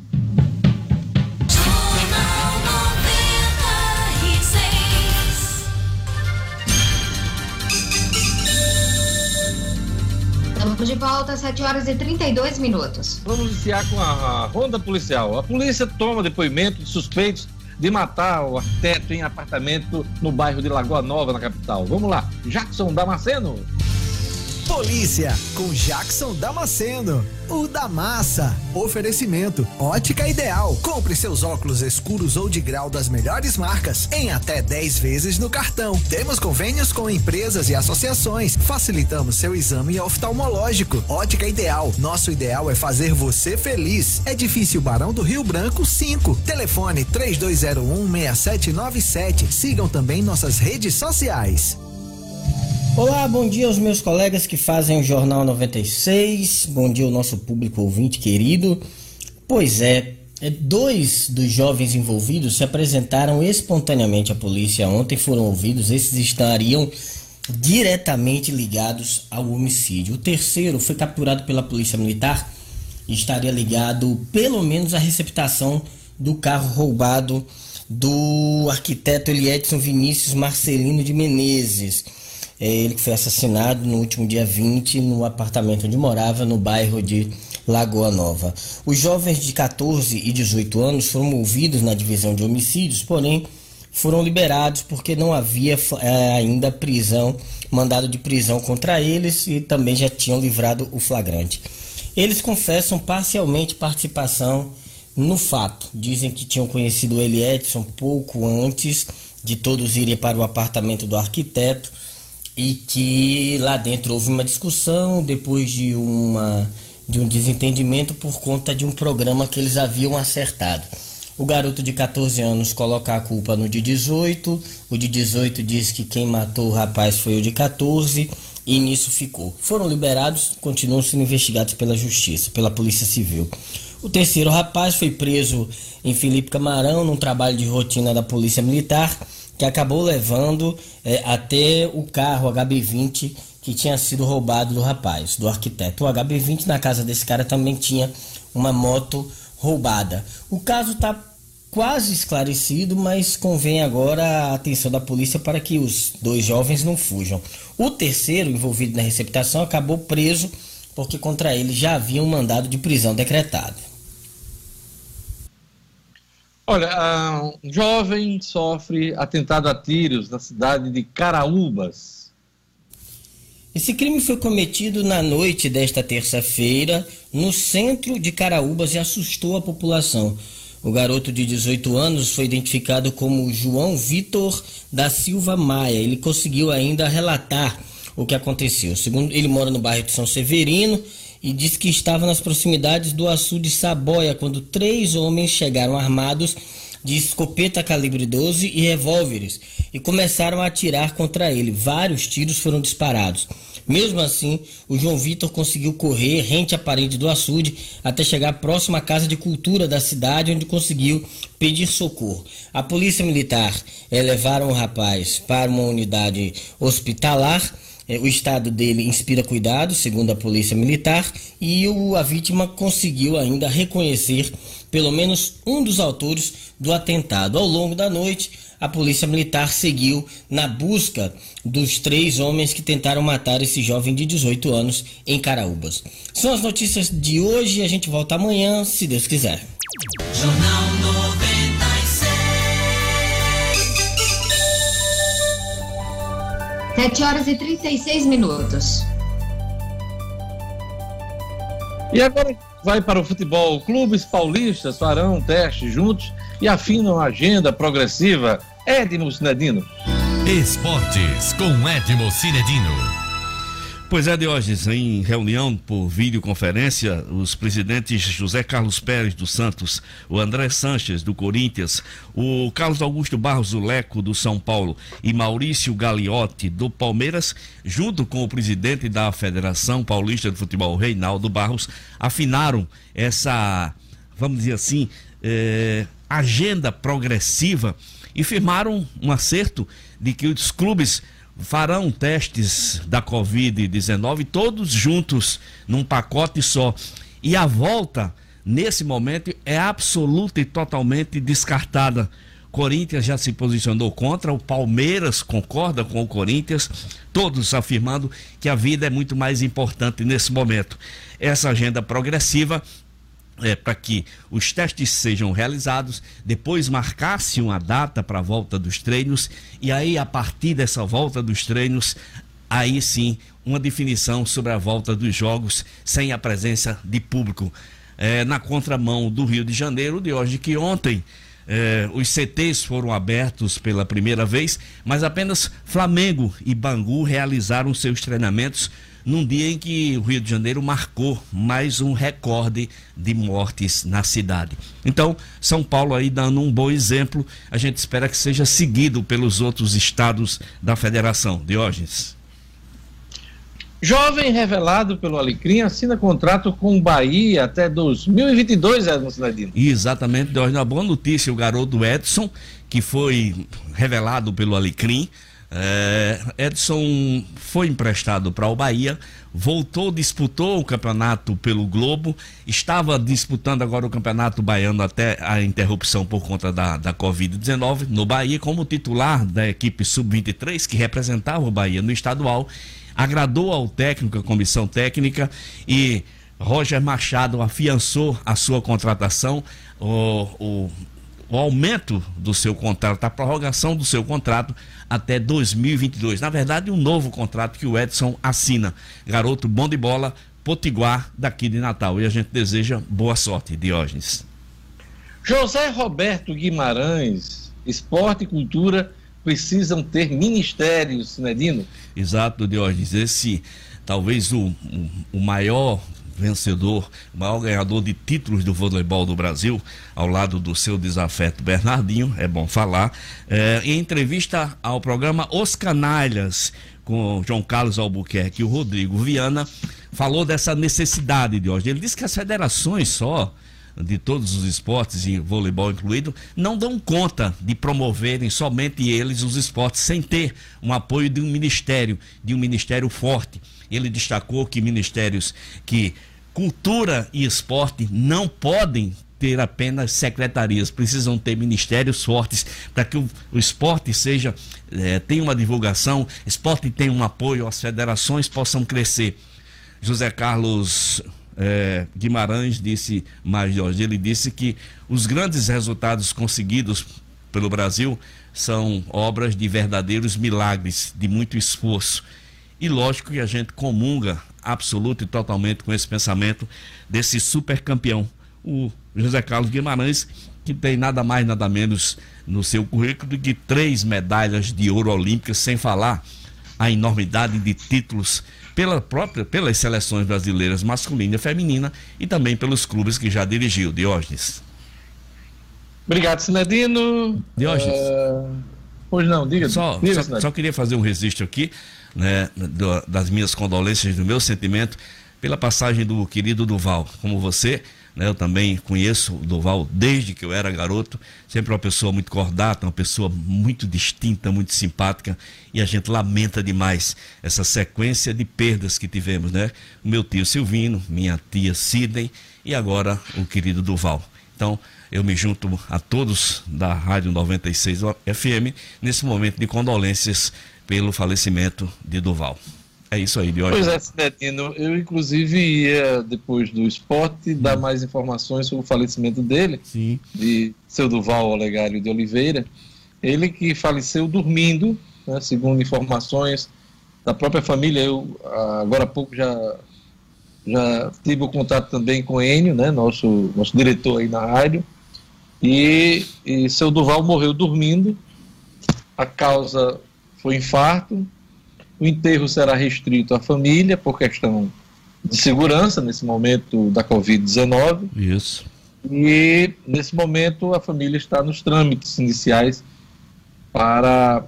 Estamos de volta às 7h32. Vamos iniciar com a ronda policial. A polícia toma depoimento de suspeitos de matar o arquiteto em apartamento no bairro de Lagoa Nova, na capital. Vamos lá, Jackson Damasceno. Polícia, com Jackson Damasceno, o da massa. Oferecimento, Ótica Ideal. Compre seus óculos escuros ou de grau das melhores marcas em até 10 vezes no cartão. Temos convênios com empresas e associações. Facilitamos seu exame oftalmológico. Ótica Ideal. Nosso ideal é fazer você feliz. Edifício Barão do Rio Branco 5. Telefone 3201-6797. Sigam também nossas redes sociais. Olá, bom dia aos meus colegas que fazem o Jornal 96, bom dia ao nosso público ouvinte querido. Pois é, 2 dos jovens envolvidos se apresentaram espontaneamente à polícia ontem, foram ouvidos, esses estariam diretamente ligados ao homicídio. O terceiro foi capturado pela Polícia Militar e estaria ligado pelo menos à receptação do carro roubado do arquiteto Eliedson Vinícius Marcelino de Menezes. Ele que foi assassinado no último dia 20 no apartamento onde morava, no bairro de Lagoa Nova. Os jovens de 14 e 18 anos foram ouvidos na divisão de homicídios, porém foram liberados porque não havia ainda mandado de prisão contra eles e também já tinham livrado o flagrante. Eles confessam parcialmente participação no fato. Dizem que tinham conhecido o Eliedson pouco antes de todos irem para o apartamento do arquiteto e que lá dentro houve uma discussão depois de um desentendimento por conta de um programa que eles haviam acertado. O garoto de 14 anos coloca a culpa no de 18, o de 18 diz que quem matou o rapaz foi o de 14 e nisso ficou. Foram liberados, continuam sendo investigados pela Justiça, pela Polícia Civil. O terceiro rapaz foi preso em Felipe Camarão, num trabalho de rotina da Polícia Militar, que acabou levando até o carro HB20 que tinha sido roubado do rapaz, do arquiteto. O HB20 na casa desse cara também tinha uma moto roubada. O caso está quase esclarecido, mas convém agora a atenção da polícia para que os 2 jovens não fujam. O terceiro, envolvido na receptação, acabou preso porque contra ele já havia um mandado de prisão decretado. Olha, um jovem sofre atentado a tiros na cidade de Caraúbas. Esse crime foi cometido na noite desta terça-feira no centro de Caraúbas e assustou a população. O garoto de 18 anos foi identificado como João Vitor da Silva Maia. Ele conseguiu ainda relatar o que aconteceu. Segundo, ele mora no bairro de São Severino e disse que estava nas proximidades do açude Saboia quando 3 homens chegaram armados de escopeta calibre 12 e revólveres e começaram a atirar contra ele. Vários tiros foram disparados. Mesmo assim, o João Vitor conseguiu correr rente à parede do açude até chegar próximo à Casa de Cultura da cidade, onde conseguiu pedir socorro. A Polícia Militar levaram o rapaz para uma unidade hospitalar. O estado dele inspira cuidado, segundo a Polícia Militar, e a vítima conseguiu ainda reconhecer pelo menos um dos autores do atentado. Ao longo da noite, a Polícia Militar seguiu na busca dos 3 homens que tentaram matar esse jovem de 18 anos em Caraúbas. São as notícias de hoje, a gente volta amanhã, se Deus quiser. Jornal 96. 7h36. E agora vai para o futebol. Clubes paulistas farão teste juntos e afinam a agenda progressiva. Edmo Cinedino. Esportes com Edmo Cinedino. Pois é, Diógenes, em reunião por videoconferência, os presidentes José Carlos Pérez do Santos, o André Sanches do Corinthians, o Carlos Augusto Barros do Leco do São Paulo e Maurício Gagliotti do Palmeiras, junto com o presidente da Federação Paulista de Futebol, Reinaldo Barros, afinaram essa, vamos dizer assim, agenda progressiva e firmaram um acerto de que os clubes farão testes da Covid-19 todos juntos num pacote só, e a volta nesse momento é absoluta e totalmente descartada. Corinthians já se posicionou contra, o Palmeiras concorda com o Corinthians, todos afirmando que a vida é muito mais importante nesse momento. Essa agenda progressiva para que os testes sejam realizados, depois marcar-se uma data para a volta dos treinos, e aí a partir dessa volta dos treinos, aí sim uma definição sobre a volta dos jogos sem a presença de público. Na contramão do Rio de Janeiro, de hoje, que ontem os CTs foram abertos pela primeira vez, mas apenas Flamengo e Bangu realizaram seus treinamentos num dia em que o Rio de Janeiro marcou mais um recorde de mortes na cidade. Então, São Paulo aí dando um bom exemplo, a gente espera que seja seguido pelos outros estados da federação. Diógenes. Jovem revelado pelo Alecrim assina contrato com o Bahia até 2022, Edson Cinedino. Exatamente, Diógenes, uma boa notícia, o garoto Edson, que foi revelado pelo Alecrim. Edson foi emprestado para o Bahia, voltou, disputou o campeonato pelo Globo, estava disputando agora o campeonato baiano até a interrupção por conta da Covid-19 no Bahia, como titular da equipe Sub-23 que representava o Bahia no estadual. Agradou ao técnico, a comissão técnica, e Roger Machado afiançou a sua contratação, o aumento do seu contrato, a prorrogação do seu contrato até 2022. Na verdade, um novo contrato que o Edson assina. Garoto bom de bola, potiguar daqui de Natal. E a gente deseja boa sorte, Diógenes. José Roberto Guimarães, esporte e cultura precisam ter ministérios, Cinedino. Exato, Diógenes. Esse talvez o maior vencedor, o maior ganhador de títulos do voleibol do Brasil, ao lado do seu desafeto Bernardinho, é bom falar, em entrevista ao programa Os Canalhas, com João Carlos Albuquerque e o Rodrigo Viana, falou dessa necessidade, Diógenes. Ele disse que as federações só, de todos os esportes, e voleibol incluído, não dão conta de promoverem somente eles os esportes sem ter um apoio de um ministério forte. Ele destacou que ministérios que cultura e esporte não podem ter apenas secretarias, precisam ter ministérios fortes para que o esporte tenha uma divulgação, esporte tenha um apoio, as federações possam crescer. José Carlos Guimarães disse mais, Jorge, ele disse que os grandes resultados conseguidos pelo Brasil são obras de verdadeiros milagres, de muito esforço. E lógico que a gente comunga absoluto e totalmente com esse pensamento desse super campeão, o José Carlos Guimarães, que tem nada mais, nada menos no seu currículo do que 3 medalhas de ouro olímpicas, sem falar a enormidade de títulos pelas seleções brasileiras masculina e feminina e também pelos clubes que já dirigiu. Diógenes. Obrigado, Cinedino. Diógenes. Pois não, diga. Só queria fazer um registro aqui, né, das minhas condolências, do meu sentimento pela passagem do querido Duval. Como você, né, eu também conheço o Duval desde que eu era garoto, sempre uma pessoa muito cordata, uma pessoa muito distinta, muito simpática, e a gente lamenta demais essa sequência de perdas que tivemos, né? O meu tio Silvino, minha tia Sidney e agora o querido Duval. Então, eu me junto a todos da Rádio 96 FM nesse momento de condolências pelo falecimento de Duval. É isso aí, Diógenes. Pois é, Cinedino, eu inclusive ia, depois do esporte, dar mais informações sobre o falecimento dele. Sim. De seu Duval Olegário de Oliveira. Ele que faleceu dormindo, né, segundo informações da própria família. Eu, agora há pouco, já tive o contato também com o Enio, né, nosso diretor aí na rádio, e seu Duval morreu dormindo. A causa foi infarto. O enterro será restrito à família por questão de segurança nesse momento da Covid-19. Isso. E nesse momento a família está nos trâmites iniciais para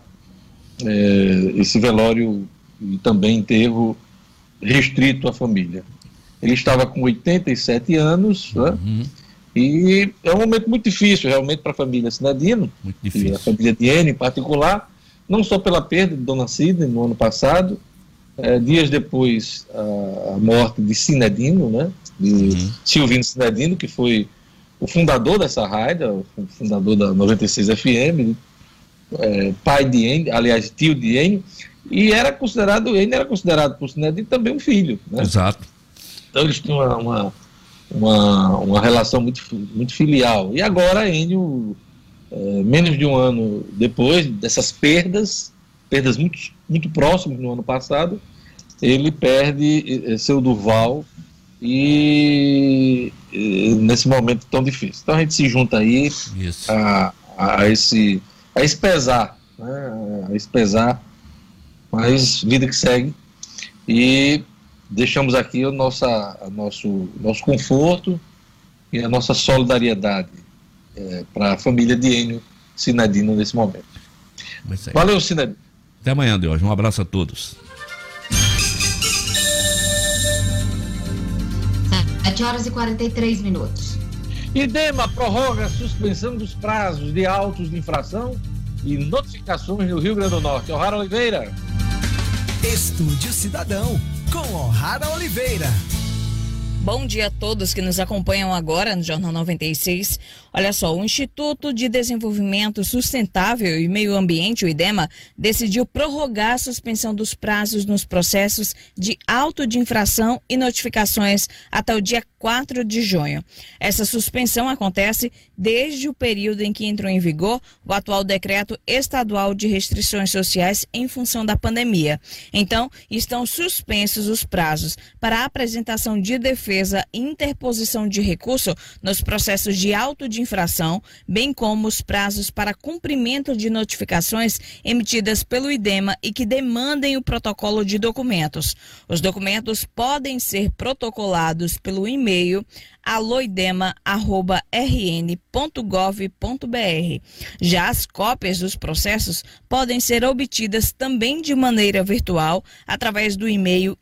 esse velório e também enterro restrito à família. Ele estava com 87 anos, né? E é um momento muito difícil realmente para a família Cinedino, muito difícil. E a família de Enio em particular, não só pela perda de Dona Sidney no ano passado, dias depois a morte de Cinedino, né? De Silvino Cinedino, que foi o fundador dessa rádio, o fundador da 96 FM, pai de Enio, aliás, tio de Enio, e Enio era considerado por Cinedino também um filho, né? Exato. Então eles tinham uma relação muito filial. E agora Enio, menos de um ano depois dessas perdas muito, muito próximas no ano passado, ele perde seu Duval e nesse momento tão difícil. Então a gente se junta aí a esse pesar, né? A esse pesar, mas vida que segue, e deixamos aqui o nosso conforto e a nossa solidariedade para a família de Enio Cinedino nesse momento. Valeu, Cinedino. Até amanhã, Deus. Um abraço a todos. 7h43. IDEMA prorroga a suspensão dos prazos de autos de infração e notificações no Rio Grande do Norte. O'Hara Oliveira. Estúdio Cidadão, com O'Hara Oliveira. Bom dia a todos que nos acompanham agora no Jornal 96. Olha só, o Instituto de Desenvolvimento Sustentável e Meio Ambiente, o IDEMA, decidiu prorrogar a suspensão dos prazos nos processos de auto de infração e notificações até o dia 4 de junho. Essa suspensão acontece desde o período em que entrou em vigor o atual decreto estadual de restrições sociais em função da pandemia. Então, estão suspensos os prazos para a apresentação de defesa e interposição de recurso nos processos de auto de infração, bem como os prazos para cumprimento de notificações emitidas pelo IDEMA e que demandem o protocolo de documentos. Os documentos podem ser protocolados pelo e-mail aloidema@rn.gov.br. Já as cópias dos processos podem ser obtidas também de maneira virtual através do e-mail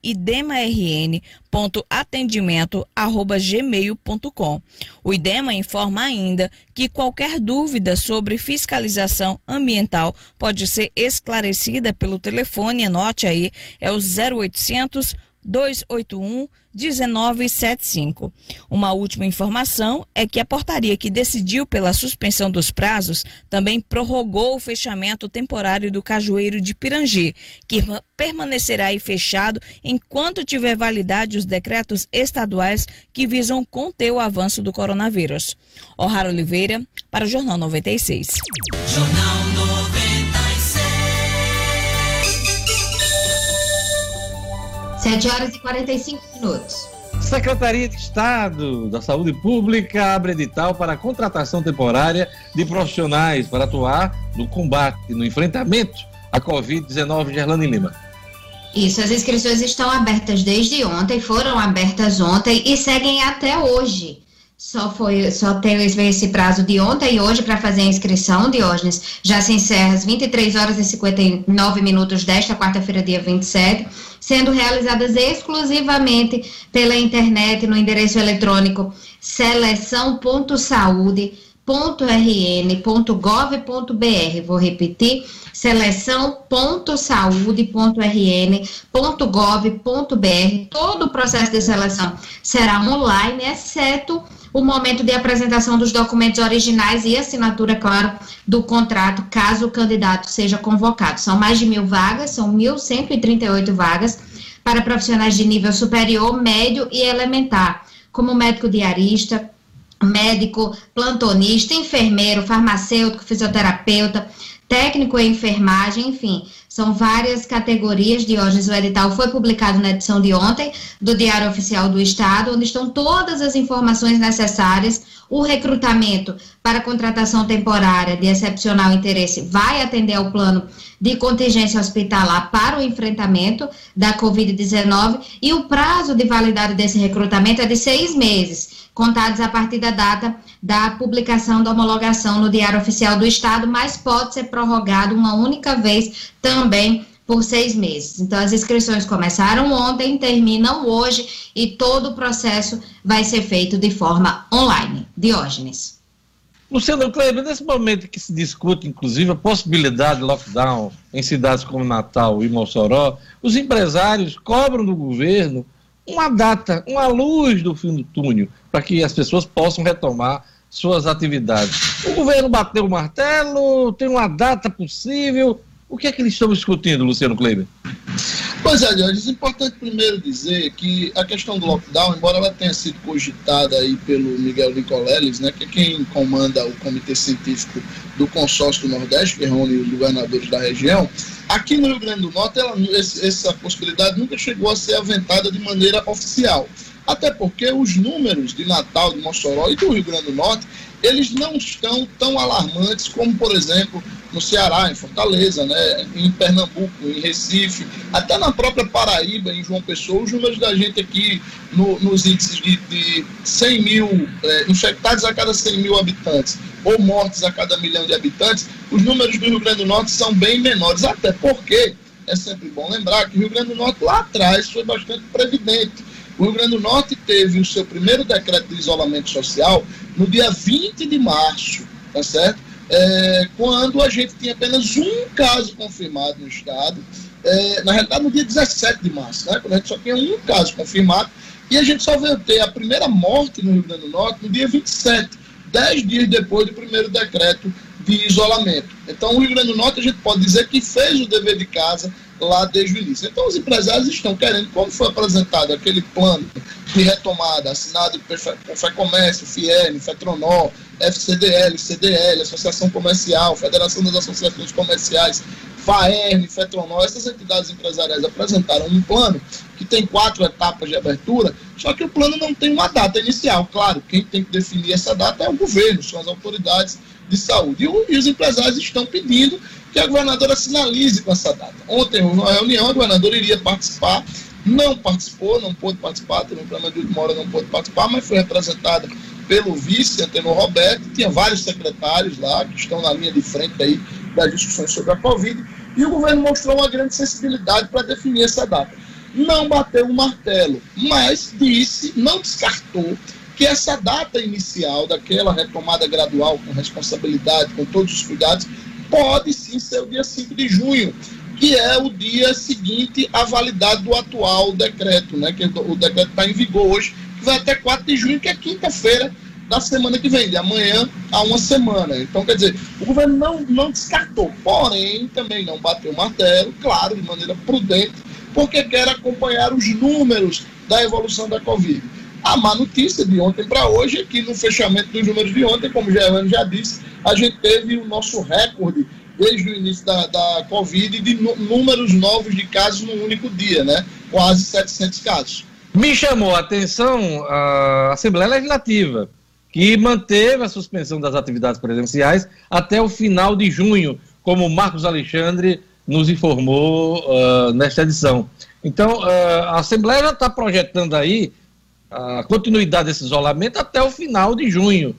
idemarn.atendimento@gmail.com. O IDEMA informa ainda que qualquer dúvida sobre fiscalização ambiental pode ser esclarecida pelo telefone, anote aí, é o 0800 281 1975. Uma última informação é que a portaria que decidiu pela suspensão dos prazos também prorrogou o fechamento temporário do Cajueiro de Pirangi, que permanecerá aí fechado enquanto tiver validade os decretos estaduais que visam conter o avanço do coronavírus. O'Hara Oliveira, para o Jornal 96. Jornal 7h45. Secretaria de Estado da Saúde Pública abre edital para a contratação temporária de profissionais para atuar no combate, no enfrentamento à Covid-19. Gerlane Lima. Isso, as inscrições estão abertas desde ontem, foram abertas ontem e seguem até hoje. Só tem esse prazo de ontem e hoje para fazer a inscrição, Diógenes. Já se encerra às 23h59 desta quarta-feira, dia 27, sendo realizadas exclusivamente pela internet no endereço eletrônico seleção.saude.rn.gov.br. Vou repetir, seleção.saude.rn.gov.br. Todo o processo de seleção será online, exceto o momento de apresentação dos documentos originais e assinatura, claro, do contrato, caso o candidato seja convocado. São mais de 1.000 vagas, são 1.138 vagas para profissionais de nível superior, médio e elementar, como médico diarista, médico, plantonista, enfermeiro, farmacêutico, fisioterapeuta, técnico em enfermagem, enfim, são várias categorias. Diógenes, o edital foi publicado na edição de ontem do Diário Oficial do Estado, onde estão todas as informações necessárias. O recrutamento para contratação temporária de excepcional interesse vai atender ao plano de contingência hospitalar para o enfrentamento da Covid-19 e o prazo de validade desse recrutamento é de 6 meses, contados a partir da data da publicação da homologação no Diário Oficial do Estado, mas pode ser prorrogado uma única vez também por 6 meses. Então, as inscrições começaram ontem, terminam hoje e todo o processo vai ser feito de forma online. Diógenes. Luciano Kleber, nesse momento que se discute, inclusive, a possibilidade de lockdown em cidades como Natal e Mossoró, os empresários cobram do governo uma data, uma luz do fim do túnel, para que as pessoas possam retomar suas atividades. O governo bateu o martelo, tem uma data possível. O que é que eles estão discutindo, Luciano Kleber? Pois é, Diógenes, é importante primeiro dizer que a questão do lockdown, embora ela tenha sido cogitada aí pelo Miguel Nicoleles, né, que é quem comanda o Comitê Científico do Consórcio do Nordeste, que reúne os governadores da região, aqui no Rio Grande do Norte, essa possibilidade nunca chegou a ser aventada de maneira oficial. Até porque os números de Natal, de Mossoró e do Rio Grande do Norte, eles não estão tão alarmantes como, por exemplo, no Ceará, em Fortaleza, né, em Pernambuco, em Recife, até na própria Paraíba, em João Pessoa. Os números da gente aqui nos índices de 100 mil infectados a cada 100 mil habitantes ou mortes a cada 1 milhão de habitantes, os números do Rio Grande do Norte são bem menores, até porque é sempre bom lembrar que o Rio Grande do Norte lá atrás foi bastante previdente O Rio Grande do Norte teve o seu primeiro decreto de isolamento social no dia 20 de março, tá certo? Quando a gente tinha apenas um caso confirmado no estado, na realidade no dia 17 de março, né? Quando a gente só tinha um caso confirmado, e a gente só veio ter a primeira morte no Rio Grande do Norte no dia 27, 10 dias depois do primeiro decreto de isolamento. Então, o Rio Grande do Norte, a gente pode dizer que fez o dever de casa lá desde o início. Então, os empresários estão querendo, como foi apresentado aquele plano de retomada, assinado por FEComércio, FIERN, FETRONOR, FCDL, CDL, Associação Comercial, Federação das Associações Comerciais, FAERN, FETRONOR, essas entidades empresariais apresentaram um plano que tem 4 etapas de abertura, só que o plano não tem uma data inicial. Claro, quem tem que definir essa data é o governo, são as autoridades de saúde. E os empresários estão pedindo que a governadora sinalize com essa data. Ontem, numa reunião, a governadora iria participar, não participou, não pôde participar, teve um problema de última hora, não pôde participar, mas foi representada pelo vice, Antenor Roberto, tinha vários secretários lá, que estão na linha de frente aí das discussões sobre a Covid, e o governo mostrou uma grande sensibilidade para definir essa data. Não bateu o martelo, mas disse, não descartou, que essa data inicial daquela retomada gradual, com responsabilidade, com todos os cuidados, pode sim ser o dia 5 de junho, que é o dia seguinte à validade do atual decreto, né? Que o decreto está em vigor hoje, que vai até 4 de junho, que é quinta-feira da semana que vem, de amanhã a uma semana. Então, quer dizer, o governo não descartou, porém, também não bateu o martelo, claro, de maneira prudente, porque quer acompanhar os números da evolução da Covid. A má notícia de ontem para hoje é que no fechamento dos números de ontem, como o Gerlane já disse, a gente teve o nosso recorde desde o início da Covid de números novos de casos num único dia, né? Quase 700 casos. Me chamou a atenção a Assembleia Legislativa, que manteve a suspensão das atividades presenciais até o final de junho, como o Marcos Alexandre nos informou nesta edição. Então, a Assembleia já está projetando aí a continuidade desse isolamento até o final de junho.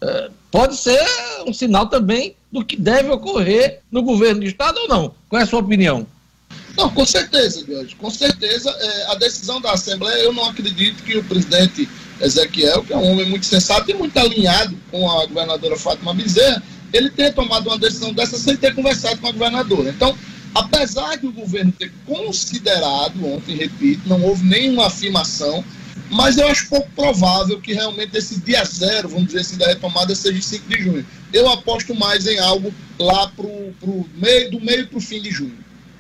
Pode ser um sinal também do que deve ocorrer no governo do estado ou não? Qual é a sua opinião? Não, com certeza, Jorge. Com certeza, a decisão da Assembleia, eu não acredito que o presidente Ezequiel, que é um homem muito sensato e muito alinhado com a governadora Fátima Bezerra, ele tenha tomado uma decisão dessa sem ter conversado com a governadora. Então, apesar de o governo ter considerado, ontem, repito, não houve nenhuma afirmação, mas eu acho pouco provável que realmente esse dia zero, vamos dizer assim, da retomada seja 5 de junho. Eu aposto mais em algo lá do meio para o fim de junho.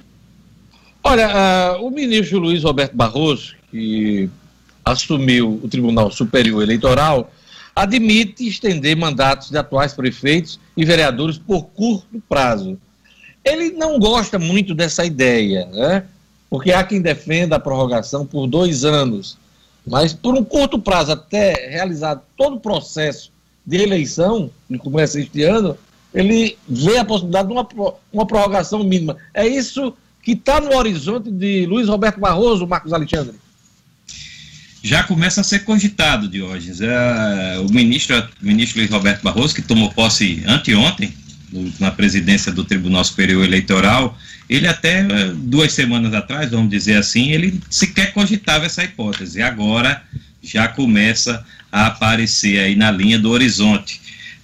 Olha, o ministro Luiz Roberto Barroso, que assumiu o Tribunal Superior Eleitoral, admite estender mandatos de atuais prefeitos e vereadores por curto prazo. Ele não gosta muito dessa ideia, né? Porque há quem defenda a prorrogação por 2 anos. Mas por um curto prazo, até realizar todo o processo de eleição, que começa este ano, ele vê a possibilidade de uma prorrogação mínima. É isso que está no horizonte de Luiz Roberto Barroso, Marcos Alexandre? Já começa a ser cogitado, Diógenes. O ministro Luiz Roberto Barroso, que tomou posse anteontem, na presidência do Tribunal Superior Eleitoral, ele até 2 semanas atrás, vamos dizer assim, ele sequer cogitava essa hipótese. Agora já começa a aparecer aí na linha do horizonte.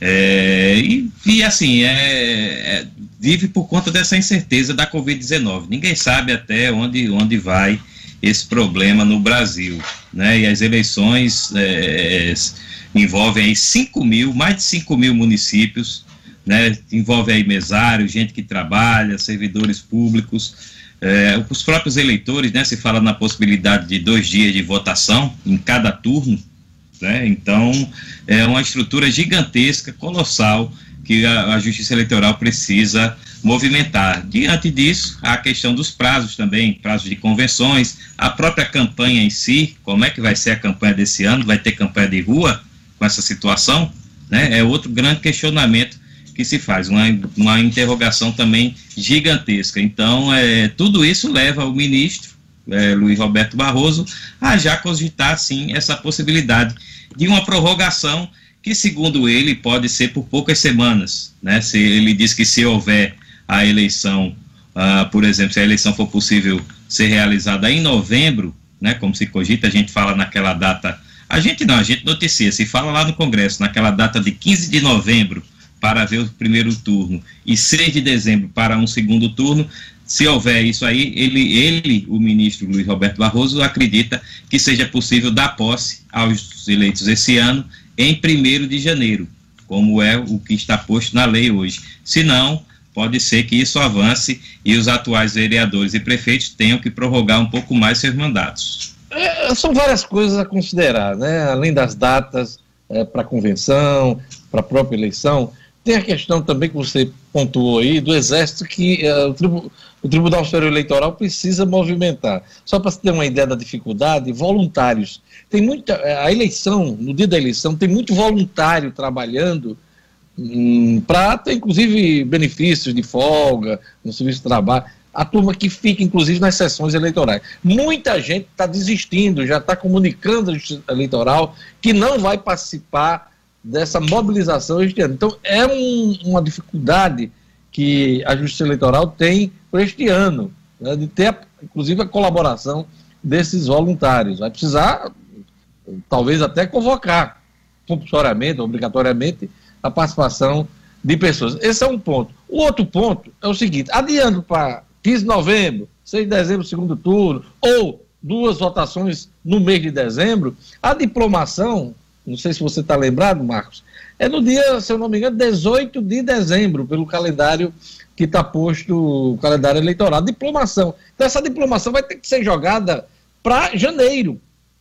E assim, vive por conta dessa incerteza da Covid-19. Ninguém sabe até onde vai esse problema no Brasil, né? E as eleições envolvem aí mais de 5 mil municípios, né? Envolve aí mesários, gente que trabalha, servidores públicos, os próprios eleitores, né? Se fala na possibilidade de 2 dias de votação em cada turno, né? Então é uma estrutura gigantesca, colossal, que a Justiça Eleitoral precisa movimentar. Diante disso, a questão dos prazos também, prazos de convenções, a própria campanha em si, como é que vai ser a campanha desse ano, vai ter campanha de rua com essa situação, né? É outro grande questionamento que se faz, uma interrogação também gigantesca. Então, tudo isso leva o ministro Luiz Roberto Barroso a já cogitar, sim, essa possibilidade de uma prorrogação que, segundo ele, pode ser por poucas semanas, né? Ele diz que se houver a eleição, por exemplo, se a eleição for possível ser realizada em novembro, né, como se cogita, a gente fala naquela data, a gente noticia, se fala lá no Congresso, naquela data de 15 de novembro para ver o primeiro turno e 6 de dezembro para um segundo turno. Se houver isso aí, ele, o ministro Luiz Roberto Barroso, acredita que seja possível dar posse aos eleitos esse ano em 1º de janeiro, como é o que está posto na lei hoje. Se não, pode ser que isso avance e os atuais vereadores e prefeitos tenham que prorrogar um pouco mais seus mandatos. São várias coisas a considerar, né? Além das datas para a convenção, para a própria eleição, tem a questão também que você pontuou aí do Exército, que o Tribunal Superior Eleitoral precisa movimentar. Só para você ter uma ideia da dificuldade, voluntários. Tem muita, a eleição, no dia da eleição, tem muito voluntário trabalhando para ter, inclusive, benefícios de folga, no serviço de trabalho. A turma que fica, inclusive, nas sessões eleitorais. Muita gente está desistindo, já está comunicando à Justiça Eleitoral que não vai participar dessa mobilização este ano. Então, é uma dificuldade que a Justiça Eleitoral tem para este ano, né, de ter, inclusive, a colaboração desses voluntários. Vai precisar, talvez, até convocar, compulsoriamente, obrigatoriamente, a participação de pessoas. Esse é um ponto. O outro ponto é o seguinte: adiando para 15 de novembro, 6 de dezembro, segundo turno, ou 2 votações no mês de dezembro, a diplomação, não sei se você está lembrado, Marcos, é no dia, se eu não me engano, 18 de dezembro, pelo calendário que está posto, o calendário eleitoral. Diplomação. Então, essa diplomação vai ter que ser jogada para janeiro.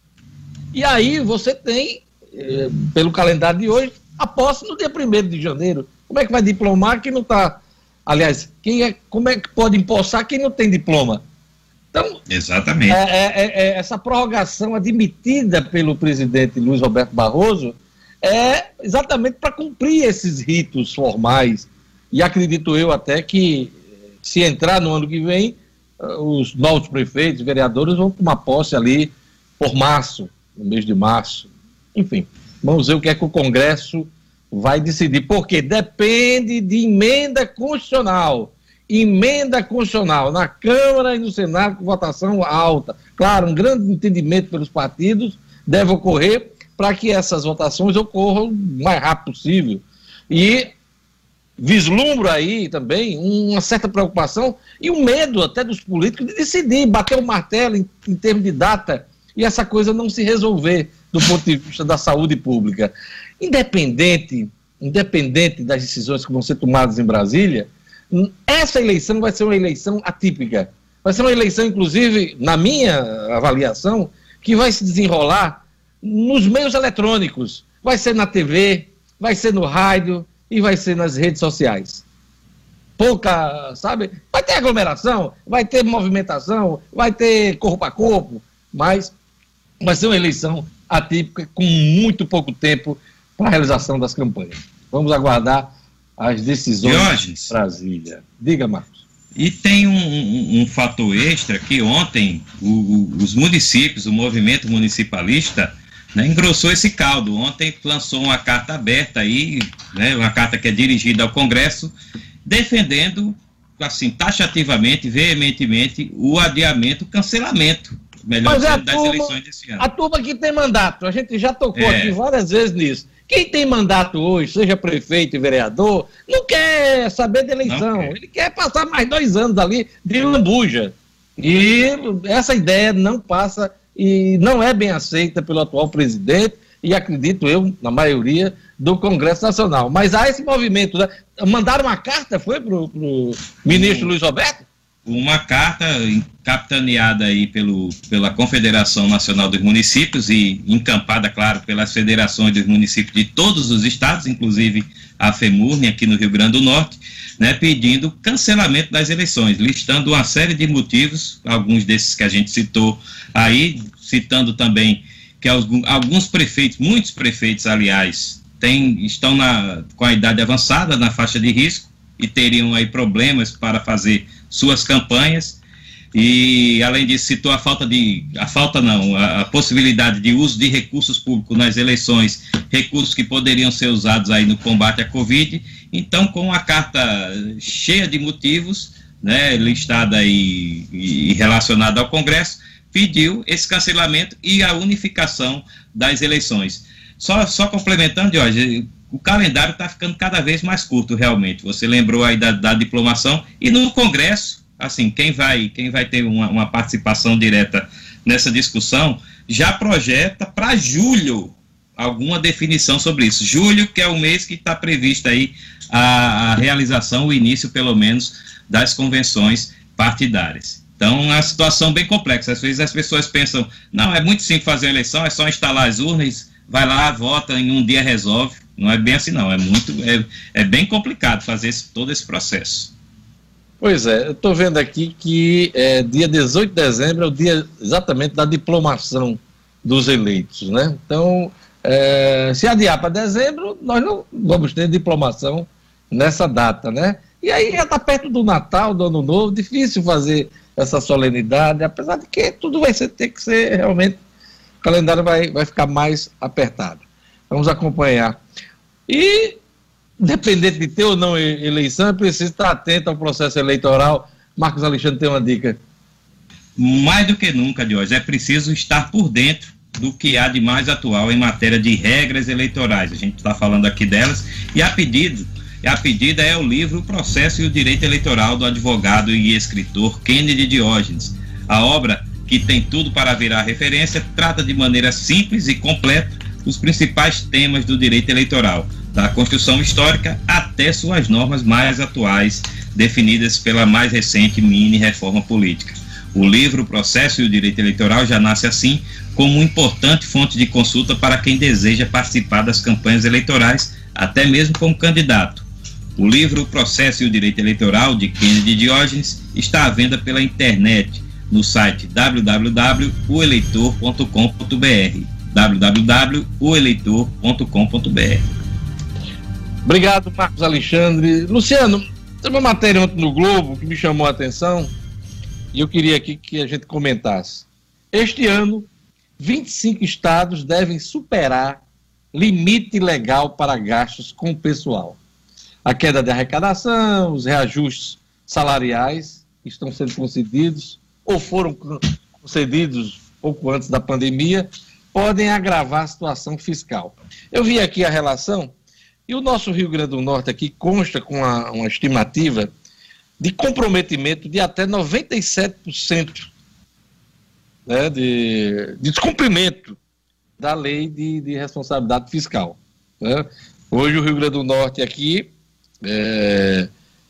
E aí você tem, pelo calendário de hoje, a posse no dia 1º de janeiro. Como é que vai diplomar quem não está... Aliás, como é que pode empossar quem não tem diploma? Então, exatamente. Essa prorrogação admitida pelo presidente Luiz Roberto Barroso é exatamente para cumprir esses ritos formais. E acredito eu até que, se entrar no ano que vem, os novos prefeitos, vereadores vão tomar posse ali por março, no mês de março. Enfim, vamos ver o que é que o Congresso vai decidir, porque depende de emenda constitucional. Emenda constitucional na Câmara e no Senado com votação alta. Claro, um grande entendimento pelos partidos deve ocorrer para que essas votações ocorram o mais rápido possível. E vislumbro aí também uma certa preocupação e um medo até dos políticos de decidir, bater o martelo em termos de data e essa coisa não se resolver do ponto de vista da saúde pública. Independente das decisões que vão ser tomadas em Brasília, essa eleição vai ser uma eleição atípica. Vai ser uma eleição, inclusive, na minha avaliação, que vai se desenrolar nos meios eletrônicos. Vai ser na TV, vai ser no rádio e vai ser nas redes sociais. Pouca, sabe? Vai ter aglomeração, vai ter movimentação, vai ter corpo a corpo, mas vai ser uma eleição atípica com muito pouco tempo para a realização das campanhas. Vamos aguardar as decisões de Brasília. Diga, Marcos. E tem um fator extra que ontem os municípios, o movimento municipalista, né, engrossou esse caldo. Ontem lançou uma carta aberta aí, né, uma carta que é dirigida ao Congresso, defendendo, assim, taxativamente, veementemente, o adiamento, o cancelamento, melhor dizendo, das eleições desse ano. A turma que tem mandato, a gente já tocou aqui várias vezes nisso. Quem tem mandato hoje, seja prefeito e vereador, não quer saber de eleição. Ele quer passar mais 2 anos ali de lambuja. E essa ideia não passa e não é bem aceita pelo atual presidente e, acredito eu, na maioria do Congresso Nacional. Mas há esse movimento, né? Mandaram uma carta, foi para o ministro Luiz Roberto? Uma carta capitaneada aí pela Confederação Nacional dos Municípios e encampada, claro, pelas federações dos municípios de todos os estados, inclusive a FEMURNE aqui no Rio Grande do Norte, né, pedindo cancelamento das eleições, listando uma série de motivos, alguns desses que a gente citou aí, citando também que alguns prefeitos, muitos prefeitos, aliás, estão com a idade avançada, na faixa de risco, e teriam aí problemas para fazer suas campanhas, e além disso citou a possibilidade de uso de recursos públicos nas eleições, recursos que poderiam ser usados aí no combate à Covid. Então, com a carta cheia de motivos, né, listada e relacionada ao Congresso, pediu esse cancelamento e a unificação das eleições. Só complementando, Jorge, o calendário está ficando cada vez mais curto, realmente. Você lembrou aí da diplomação, e no Congresso, assim, quem vai ter uma participação direta nessa discussão, já projeta para julho alguma definição sobre isso. Julho, que é o mês que está prevista aí a realização, o início, pelo menos, das convenções partidárias. Então, é uma situação bem complexa. Às vezes as pessoas pensam, não, é muito simples fazer a eleição, é só instalar as urnas, vai lá, vota, em um dia resolve. Não é bem assim, não. É bem complicado fazer todo esse processo. Pois é, eu estou vendo aqui que dia 18 de dezembro é o dia exatamente da diplomação dos eleitos, né? Então, se adiar para dezembro, nós não vamos ter diplomação nessa data, né? E aí já está perto do Natal, do Ano Novo, difícil fazer essa solenidade, apesar de que tudo vai ter que ser realmente, o calendário vai ficar mais apertado. Vamos acompanhar. E, independente de ter ou não eleição, é preciso estar atento ao processo eleitoral. Marcos Alexandre tem uma dica. Mais do que nunca, Diógenes, é preciso estar por dentro do que há de mais atual em matéria de regras eleitorais. A gente está falando aqui delas, e a pedida é o livro O Processo e o Direito Eleitoral, do advogado e escritor Kennedy Diógenes. A obra, que tem tudo para virar referência, trata de maneira simples e completa os principais temas do direito eleitoral, da construção histórica até suas normas mais atuais, definidas pela mais recente mini-reforma política. O livro O Processo e o Direito Eleitoral já nasce assim, como uma importante fonte de consulta para quem deseja participar das campanhas eleitorais, até mesmo como candidato. O livro O Processo e o Direito Eleitoral, de Kennedy Diógenes, está à venda pela internet, no site www.oeleitor.com.br www.oeleitor.com.br. Obrigado, Marcos Alexandre. Luciano, tem uma matéria ontem no Globo que me chamou a atenção e eu queria aqui que a gente comentasse. Este ano, 25 estados devem superar limite legal para gastos com o pessoal. A queda de arrecadação, os reajustes salariais estão sendo concedidos ou foram concedidos pouco antes da pandemia, podem agravar a situação fiscal. Eu vi aqui a relação e o nosso Rio Grande do Norte aqui consta com uma estimativa de comprometimento de até 97%, né, de descumprimento da lei de responsabilidade fiscal, né? Hoje o Rio Grande do Norte aqui é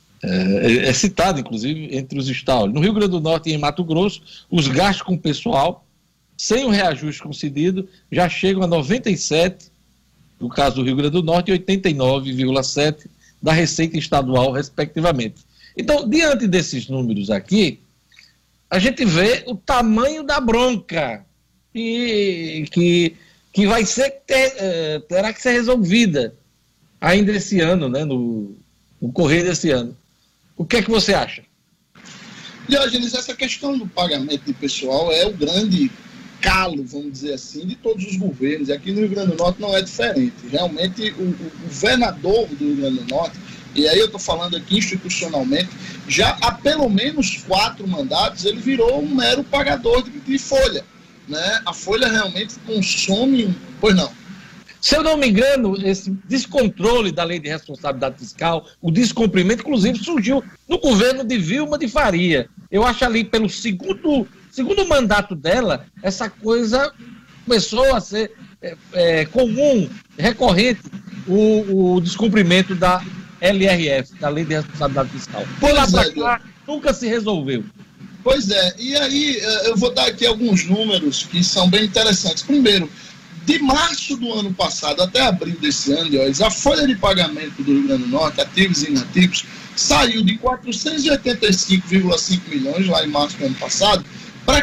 citado, inclusive, entre os estados. No Rio Grande do Norte e em Mato Grosso, os gastos com o pessoal, sem o reajuste concedido, já chegam a 97%, no caso do Rio Grande do Norte, e 89,7% da receita estadual, respectivamente. Então, diante desses números aqui, a gente vê o tamanho da bronca que vai ser, terá que ser resolvida ainda esse ano, né, no correr desse ano. O que é que você acha? Diógenes, essa questão do pagamento de pessoal é o grande calo, vamos dizer assim, de todos os governos. E aqui no Rio Grande do Norte não é diferente. Realmente, o governador do Rio Grande do Norte, e aí eu estou falando aqui institucionalmente, já há pelo menos 4 mandatos ele virou um mero pagador de folha, né? A folha realmente consome... Pois não. Se eu não me engano, esse descontrole da lei de responsabilidade fiscal, o descumprimento, inclusive, surgiu no governo de Vilma de Faria. Eu acho ali, pelo segundo mandato dela, essa coisa começou a ser comum, recorrente, o descumprimento da LRF, da lei de responsabilidade fiscal. Por lá para cá, nunca se resolveu. Pois é, e aí eu vou dar aqui alguns números que são bem interessantes. Primeiro, de março do ano passado até abril desse ano, a folha de pagamento do Rio Grande do Norte, ativos e inativos, saiu de 485,5 milhões, lá em março do ano passado, para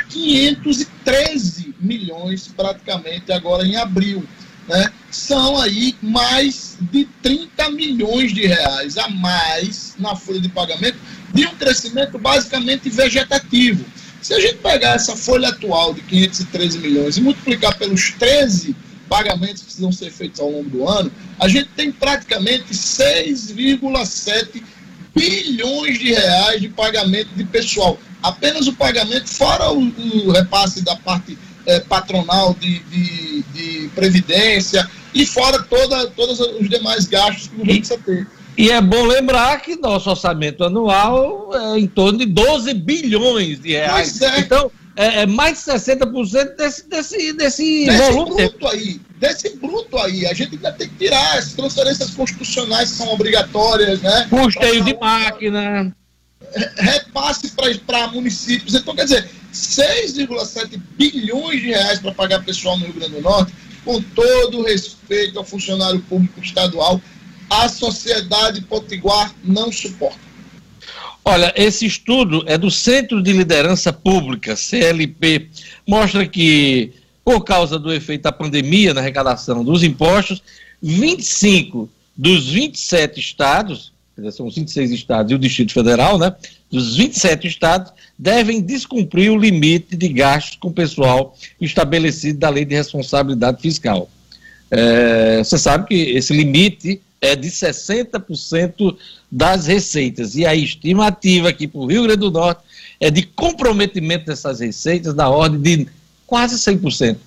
513 milhões praticamente agora em abril, né? São aí mais de 30 milhões de reais a mais na folha de pagamento, de um crescimento basicamente vegetativo. Se a gente pegar essa folha atual de 513 milhões e multiplicar pelos 13 pagamentos que precisam ser feitos ao longo do ano, a gente tem praticamente 6,7 bilhões de reais de pagamento de pessoal. Apenas o pagamento, fora o repasse da parte patronal de previdência e fora todos os demais gastos que o governo precisa ter. E é bom lembrar que nosso orçamento anual é em torno de 12 bilhões de reais. Então, é mais de 60% desse volume. Desse bruto aí, a gente ainda tem que tirar as transferências constitucionais que são obrigatórias, né? Custeio de máquina. Repasse para municípios. Então, quer dizer, 6,7 bilhões de reais para pagar pessoal no Rio Grande do Norte, com todo o respeito ao funcionário público estadual, a sociedade potiguar não suporta. Olha, esse estudo é do Centro de Liderança Pública, CLP, mostra que, por causa do efeito da pandemia na arrecadação dos impostos, 25 dos 27 estados, são os 26 estados e o Distrito Federal, né? Dos 27 estados, devem descumprir o limite de gastos com pessoal estabelecido da Lei de Responsabilidade Fiscal. Você sabe que esse limite é de 60% das receitas, e a estimativa aqui para o Rio Grande do Norte é de comprometimento dessas receitas da ordem de quase 100%,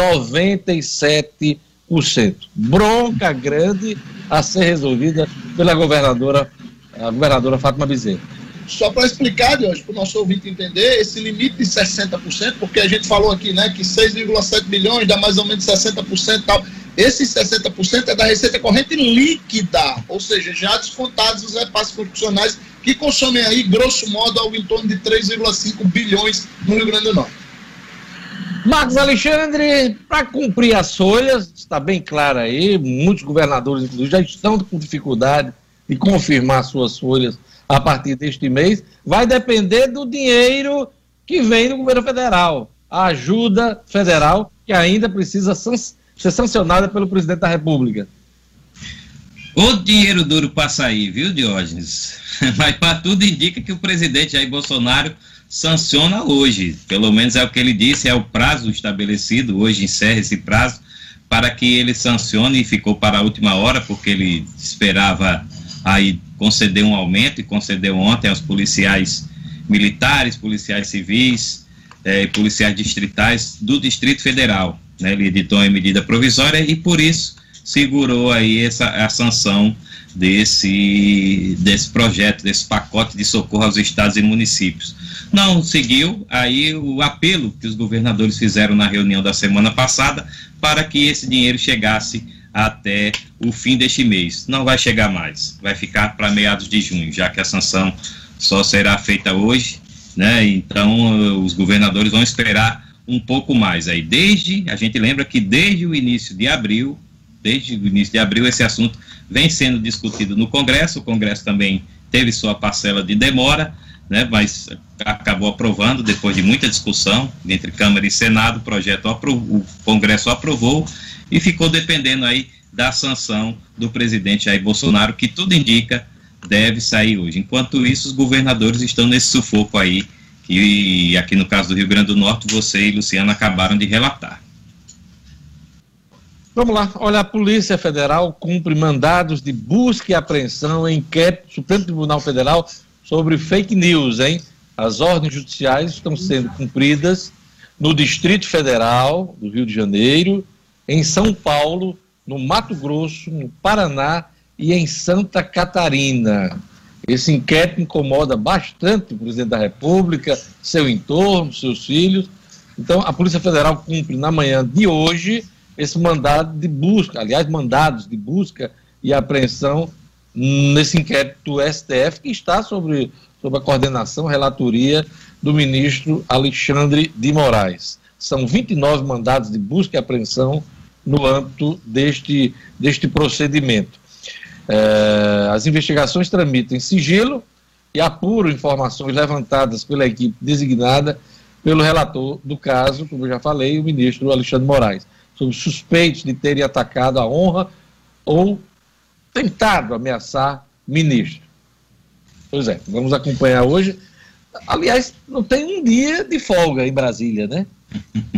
97%. Bronca grande a ser resolvida pela governadora Fátima Bezerra. Só para explicar, de hoje, para o nosso ouvinte entender, esse limite de 60%, porque a gente falou aqui, né, que 6,7 bilhões dá mais ou menos 60% e tal. Esses 60% é da receita corrente líquida, ou seja, já descontados os repasses constitucionais que consomem aí, grosso modo, algo em torno de 3,5 bilhões no Rio Grande do Norte. Marcos Alexandre, para cumprir as folhas, está bem claro aí, muitos governadores, inclusive, já estão com dificuldade de confirmar suas folhas a partir deste mês. Vai depender do dinheiro que vem do governo federal, a ajuda federal que ainda precisa ser sancionada pelo presidente da República. O dinheiro duro para sair, viu, Diógenes? Mas para tudo indica que o presidente Jair Bolsonaro sanciona hoje, pelo menos é o que ele disse, é o prazo estabelecido, hoje encerra esse prazo, para que ele sancione, e ficou para a última hora, porque ele esperava aí conceder um aumento, e concedeu ontem aos policiais militares, policiais civis, policiais distritais do Distrito Federal, né? Ele editou uma medida provisória e por isso segurou aí a sanção desse projeto, desse pacote de socorro aos estados e municípios. Não seguiu aí o apelo que os governadores fizeram na reunião da semana passada para que esse dinheiro chegasse até o fim deste mês. Não vai chegar mais, vai ficar para meados de junho, já que a sanção só será feita hoje, né? Então os governadores vão esperar um pouco mais aí. A gente lembra que desde o início de abril, esse assunto vem sendo discutido no Congresso. O Congresso também teve sua parcela de demora, né, mas acabou aprovando, depois de muita discussão entre Câmara e Senado, o Congresso aprovou e ficou dependendo aí da sanção do presidente Jair Bolsonaro, que tudo indica deve sair hoje. Enquanto isso, os governadores estão nesse sufoco aí, que aqui no caso do Rio Grande do Norte, você e Luciano acabaram de relatar. Vamos lá, olha, a Polícia Federal cumpre mandados de busca e apreensão em inquérito do Supremo Tribunal Federal sobre fake news, hein? As ordens judiciais estão sendo cumpridas no Distrito Federal do Rio de Janeiro, em São Paulo, no Mato Grosso, no Paraná e em Santa Catarina. Esse inquérito incomoda bastante o presidente da República, seu entorno, seus filhos. Então, a Polícia Federal cumpre na manhã de hoje esse mandado de busca, aliás, mandados de busca e apreensão nesse inquérito do STF, que está sob a coordenação, relatoria do ministro Alexandre de Moraes. São 29 mandados de busca e apreensão no âmbito deste procedimento. As investigações tramitam em sigilo e apuram informações levantadas pela equipe designada pelo relator do caso, como eu já falei, o ministro Alexandre de Moraes, sobre suspeitos de terem atacado a honra ou tentado ameaçar ministro. Pois é, vamos acompanhar hoje. Aliás, não tem um dia de folga em Brasília, né?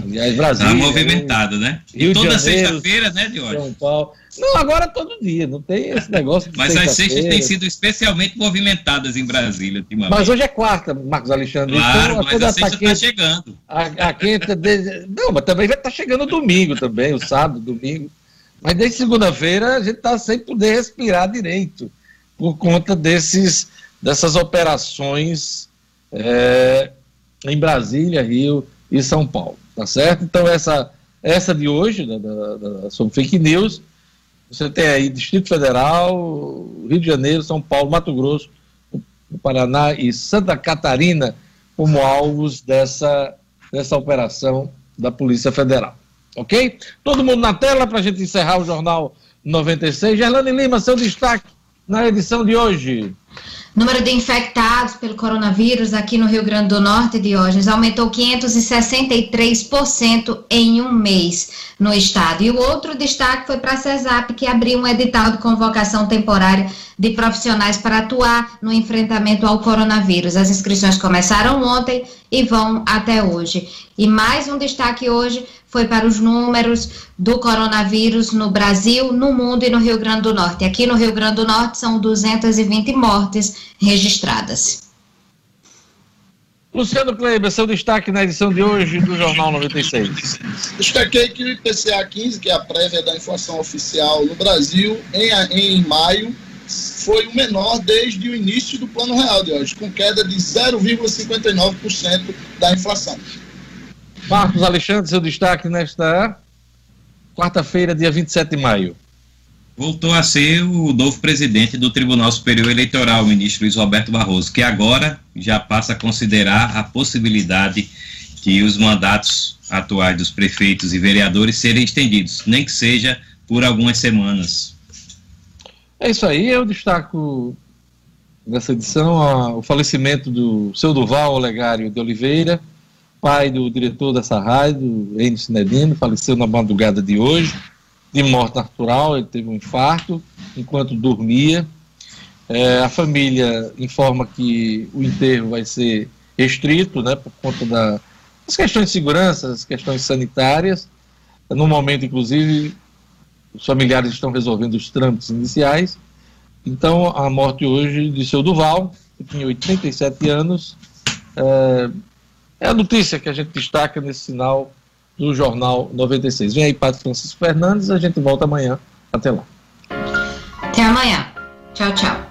Aliás, Brasília. Tá movimentado, né? Rio e toda de Janeiro, sexta-feira, né, Diógenes? São Paulo. Não, agora todo dia, não tem esse negócio de Mas as sextas têm sido especialmente movimentadas em Brasília ultimamente. Mas hoje é quarta, Marcos Alexandre. Claro, então, mas a sexta está chegando. A quinta, não, mas também vai estar chegando domingo também, o sábado, domingo. Mas desde segunda-feira a gente está sem poder respirar direito, por conta dessas operações em Brasília, Rio e São Paulo, tá certo? Então essa de hoje, sobre fake news, você tem aí Distrito Federal, Rio de Janeiro, São Paulo, Mato Grosso, o Paraná e Santa Catarina como alvos dessa operação da Polícia Federal. Ok? Todo mundo na tela para a gente encerrar o Jornal 96. Gerlane Lima, seu destaque na edição de hoje. Número de infectados pelo coronavírus aqui no Rio Grande do Norte, Diógenes, aumentou 563% em um mês no estado. E o outro destaque foi para a CESAP, que abriu um edital de convocação temporária de profissionais para atuar no enfrentamento ao coronavírus. As inscrições começaram ontem e vão até hoje. E mais um destaque hoje foi para os números do coronavírus no Brasil, no mundo e no Rio Grande do Norte. Aqui no Rio Grande do Norte são 220 mortes registradas. Luciano Kleber, seu destaque na edição de hoje do Jornal 96. Destaquei que o IPCA 15, que é a prévia da inflação oficial no Brasil, em maio, foi o menor desde o início do Plano Real de hoje, com queda de 0,59% da inflação. Marcos Alexandre, seu destaque nesta quarta-feira, dia 27 de maio. Voltou a ser o novo presidente do Tribunal Superior Eleitoral, o ministro Luiz Roberto Barroso, que agora já passa a considerar a possibilidade de os mandatos atuais dos prefeitos e vereadores serem estendidos, nem que seja por algumas semanas. É isso aí, eu destaco nessa edição o falecimento do seu Duval Olegário de Oliveira, pai do diretor dessa rádio, Enio Sinedino, faleceu na madrugada de hoje, de morte natural. Ele teve um infarto enquanto dormia. A família informa que o enterro vai ser restrito, né, por conta das questões de segurança, das questões sanitárias. No momento, inclusive, os familiares estão resolvendo os trâmites iniciais. Então, a morte hoje de seu Duval, que tinha 87 anos, é a notícia que a gente destaca nesse final do Jornal 96. Vem aí, Padre Francisco Fernandes, a gente volta amanhã. Até lá. Até amanhã. Tchau, tchau.